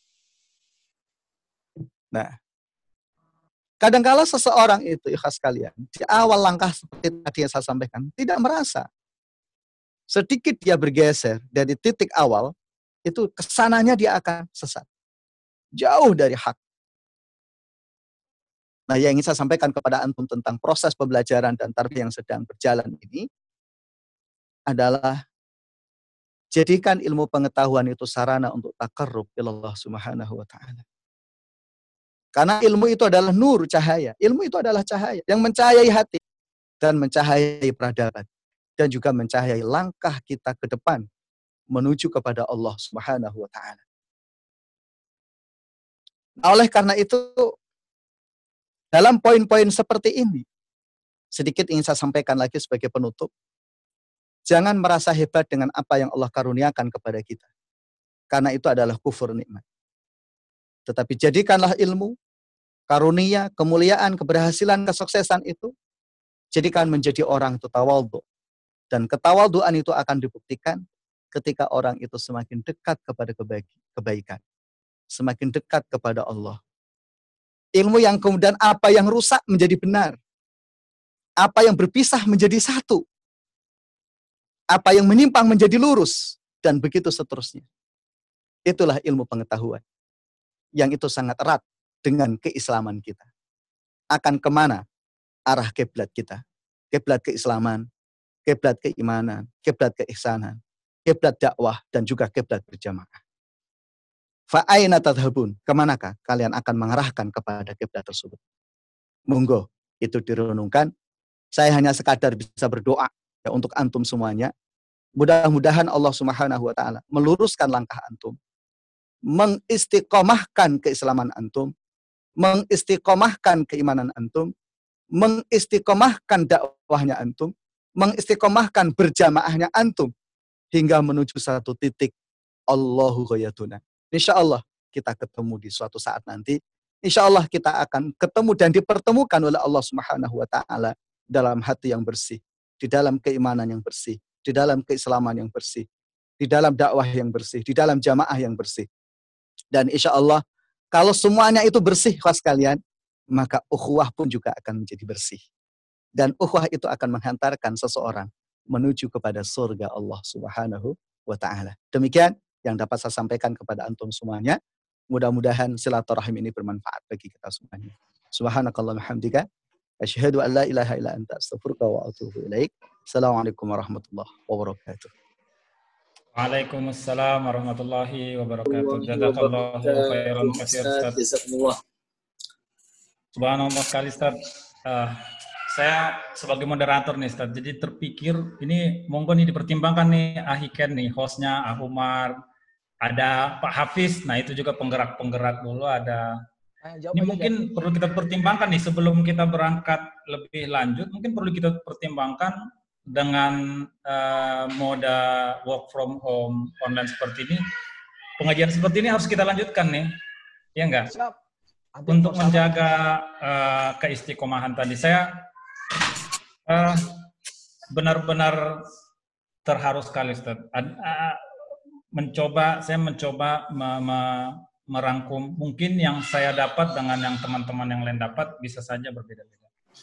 Nah, kadangkala seseorang itu, ikhlas kalian, di awal langkah seperti tadi yang saya sampaikan, tidak merasa. Sedikit dia bergeser dari titik awal, itu kesananya dia akan sesat. Jauh dari hak. Nah, yang ingin saya sampaikan kepada antum tentang proses pembelajaran dan tarbiyah yang sedang berjalan ini adalah jadikan ilmu pengetahuan itu sarana untuk taqarrub ilallah Subhanahu wa taala. Karena ilmu itu adalah nur, cahaya. Ilmu itu adalah cahaya yang mencahayai hati dan mencahayai peradaban dan juga mencahayai langkah kita ke depan menuju kepada Allah Subhanahu wa taala. Nah, oleh karena itu dalam poin-poin seperti ini Sedikit ingin saya sampaikan lagi sebagai penutup. Jangan merasa hebat dengan apa yang Allah karuniakan kepada kita. Karena itu adalah kufur nikmat. Tetapi jadikanlah ilmu, karunia, kemuliaan, keberhasilan, kesuksesan itu, jadikan menjadi orang itu tawadhu. Dan ketawadhuan itu akan dibuktikan ketika orang itu semakin dekat kepada kebaikan. Semakin dekat kepada Allah. Ilmu yang kemudian apa yang rusak menjadi benar. Apa yang berpisah menjadi satu. Apa yang menyimpang menjadi lurus. Dan begitu seterusnya. Itulah ilmu pengetahuan. Yang itu sangat erat dengan keislaman kita. Akan kemana arah kiblat kita. Kiblat keislaman, kiblat keimanan, kiblat keihsanan, kiblat dakwah, dan juga kiblat berjamaah. Fa'aina tadhabun, kemanakah kalian akan mengarahkan kepada kiblat tersebut? Monggo, itu direnungkan. Saya hanya sekadar bisa berdoa ya, untuk antum semuanya. Mudah-mudahan Allah Subhanahu wa Ta'ala meluruskan langkah antum, mengistiqomahkan keislaman antum, mengistiqomahkan keimanan antum, mengistiqomahkan dakwahnya antum, mengistiqomahkan berjamaahnya antum, hingga menuju satu titik Allahu ghayatuna. Insya Allah kita ketemu di suatu saat nanti. Insya Allah kita akan ketemu dan dipertemukan oleh Allah Subhanahu wa Ta'ala dalam hati yang bersih, di dalam keimanan yang bersih, di dalam keislaman yang bersih, di dalam dakwah yang bersih, di dalam jamaah yang bersih. Dan insya Allah kalau semuanya itu bersih khas kalian, maka ukhuwah pun juga akan menjadi bersih. Dan ukhuwah itu akan menghantarkan seseorang menuju kepada surga Allah Subhanahu wa Ta'ala. Demikian yang dapat saya sampaikan kepada antum semuanya. Mudah-mudahan silaturahim ini bermanfaat bagi kita semuanya. Subhanakallahumma hamdika asyhadu an la ilaha illa anta astaghfiruka wa atubu ilaik. Assalamualaikum warahmatullahi wabarakatuh. Waalaikumsalam warahmatullahi wabarakatuh. Jazakallahu khairan katsir Ustaz. Subhanallah sekali Ustaz. Saya sebagai moderator nih Ustaz, jadi terpikir ini monggo nih dipertimbangkan nih Ahiken nih, hostnya Ahumar, ada Pak Hafiz, nah itu juga penggerak-penggerak dulu ada. Ini mungkin perlu kita pertimbangkan nih sebelum kita berangkat lebih lanjut, mungkin perlu kita pertimbangkan dengan moda work from home online seperti ini, pengajian seperti ini harus kita lanjutkan nih, ya enggak? Untuk menjaga keistiqomahan tadi saya benar-benar terharu sekali Ustaz. Saya mencoba merangkum mungkin yang saya dapat dengan yang teman-teman yang lain dapat bisa saja berbeda-beda.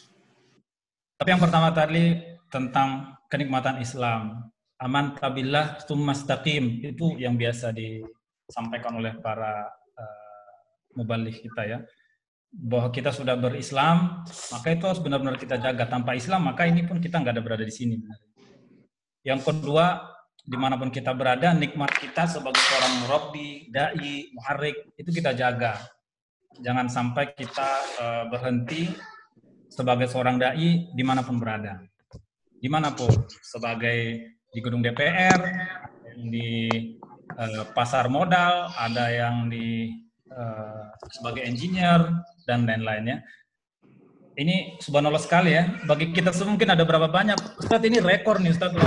Tapi yang pertama tadi tentang kenikmatan Islam. Aman tabillah tsumastaqim, itu yang biasa disampaikan oleh para mubaligh kita ya. Bahwa kita sudah berislam, maka itu harus benar-benar kita jaga. Tanpa Islam, maka ini pun kita nggak ada berada di sini. Yang kedua, dimanapun kita berada, nikmat kita sebagai seorang murabbi, da'i, muharrik, itu kita jaga. Jangan sampai kita berhenti sebagai seorang da'i dimanapun berada. Dimanapun, sebagai di gedung DPR, di pasar modal, ada yang di sebagai engineer, dan lain-lainnya. Ini subhanallah sekali ya. Bagi kita semua mungkin ada berapa banyak. Ustaz ini rekor nih Ustaz.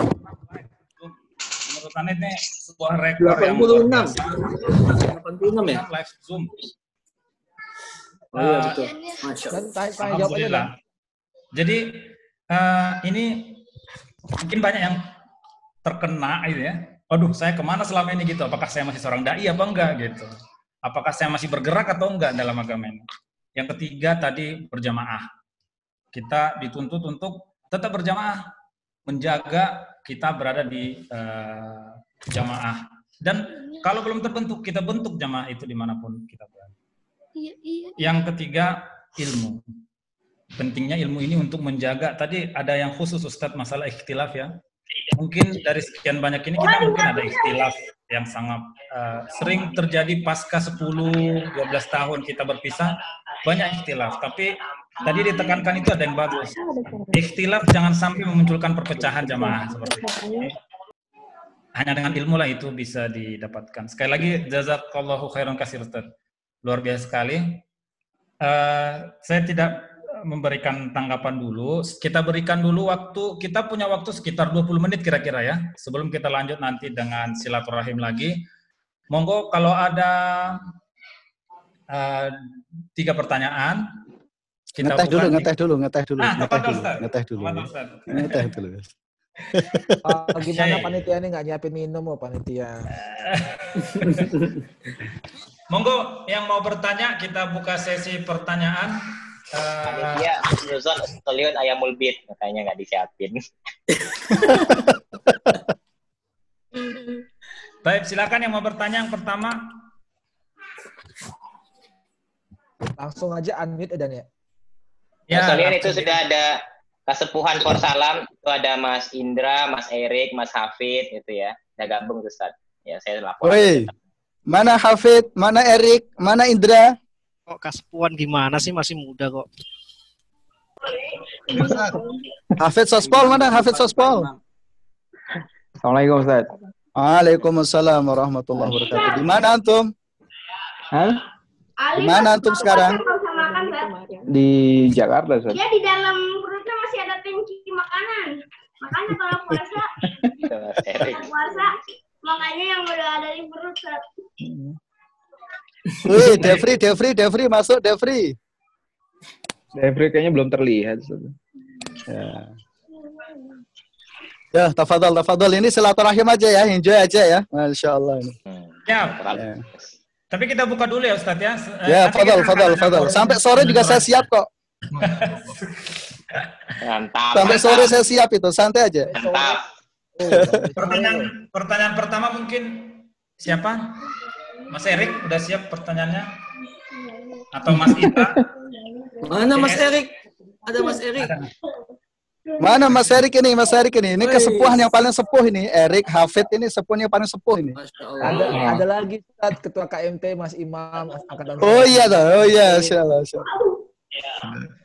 Menurut Anda ini sebuah rekor 86. Yang luar biasa. 86 ya? Live Zoom. Oh iya betul. Alhamdulillah. Jadi ini mungkin banyak yang terkena gitu ya. Aduh, saya kemana selama ini gitu? Apakah saya masih seorang dai apa enggak gitu? Apakah saya masih bergerak atau enggak dalam agama ini? Yang ketiga tadi berjamaah. Kita dituntut untuk tetap berjamaah, menjaga kita berada di jamaah. Dan kalau belum terbentuk, kita bentuk jamaah itu dimanapun kita berada. Yang ketiga, ilmu. Pentingnya ilmu ini untuk menjaga. Tadi ada yang khusus Ustadz masalah ikhtilaf ya. Mungkin dari sekian banyak ini kita mungkin ada ikhtilaf yang sangat sering terjadi pasca 10-12 tahun kita berpisah, banyak ikhtilaf. Tapi tadi ditekankan itu ada yang bagus. Ikhtilaf jangan sampai memunculkan perpecahan jamaah seperti ini. Hanya dengan ilmu lah itu bisa didapatkan. Sekali lagi, jazakallahu khairan katsir Ustaz. Luar biasa sekali. Saya tidak memberikan tanggapan dulu. Kita berikan dulu waktu, kita punya waktu sekitar 20 menit kira-kira ya, sebelum kita lanjut nanti dengan silaturahim lagi. Monggo kalau ada 3 pertanyaan. Kita ngeteh dulu. Ngeteh dulu. Gimana panitia ini nggak nyiapin minum panitia? Monggo yang mau bertanya, kita buka sesi pertanyaan. Panitia Nuzon Stolion Ayamul Bid, makanya nggak disiapin. Baik, silakan yang mau bertanya yang pertama. Langsung aja unmute dan ya. Ya, Stolion itu sudah ada Kasepuhan Korsalam, itu ada Mas Indra, Mas Erik, Mas Hafid, itu ya. Udah gabung, Ustaz. Ya, saya lapor. Woi, mana Hafid, mana Erik, mana Indra? Kok Kasepuhan gimana sih, masih muda kok. Hafid Sospol, mana Hafid Sospol? Assalamualaikum, Ustaz. Waalaikumsalam warahmatullahi wabarakatuh. Di mana antum? Hah? Di mana antum sekarang? Di Jakarta, Ustaz. Dia di dalam perutnya masih ada tangki makanan. Makanya kalau puasa, makanya yang udah ada di perut. Wih, Devri masuk Devri. Devri kayaknya belum terlihat, Ustaz. Ya, tafadhol. Ini silaturahim aja ya, enjoy aja ya. Masya Allah. Ya. Tapi kita buka dulu ya Ustadz ya. Ya, fadhol. Sampai sore juga saya siap kok. Mantap. Sampai sore saya siap itu, santai aja. Mantap. Pertanyaan pertama mungkin siapa? Mas Erik udah siap pertanyaannya? Atau Mas Ita? Mana Mas Erik? Ada Mas Erik. Mana Mas Erik ini? Ini kesepuhan yang paling sepuh ini. Erik, Hafid ini sepuhnya paling sepuh ini. Ada lagi Ustaz, Ketua KMT Mas Imam angkatan. Oh iya, insyaallah.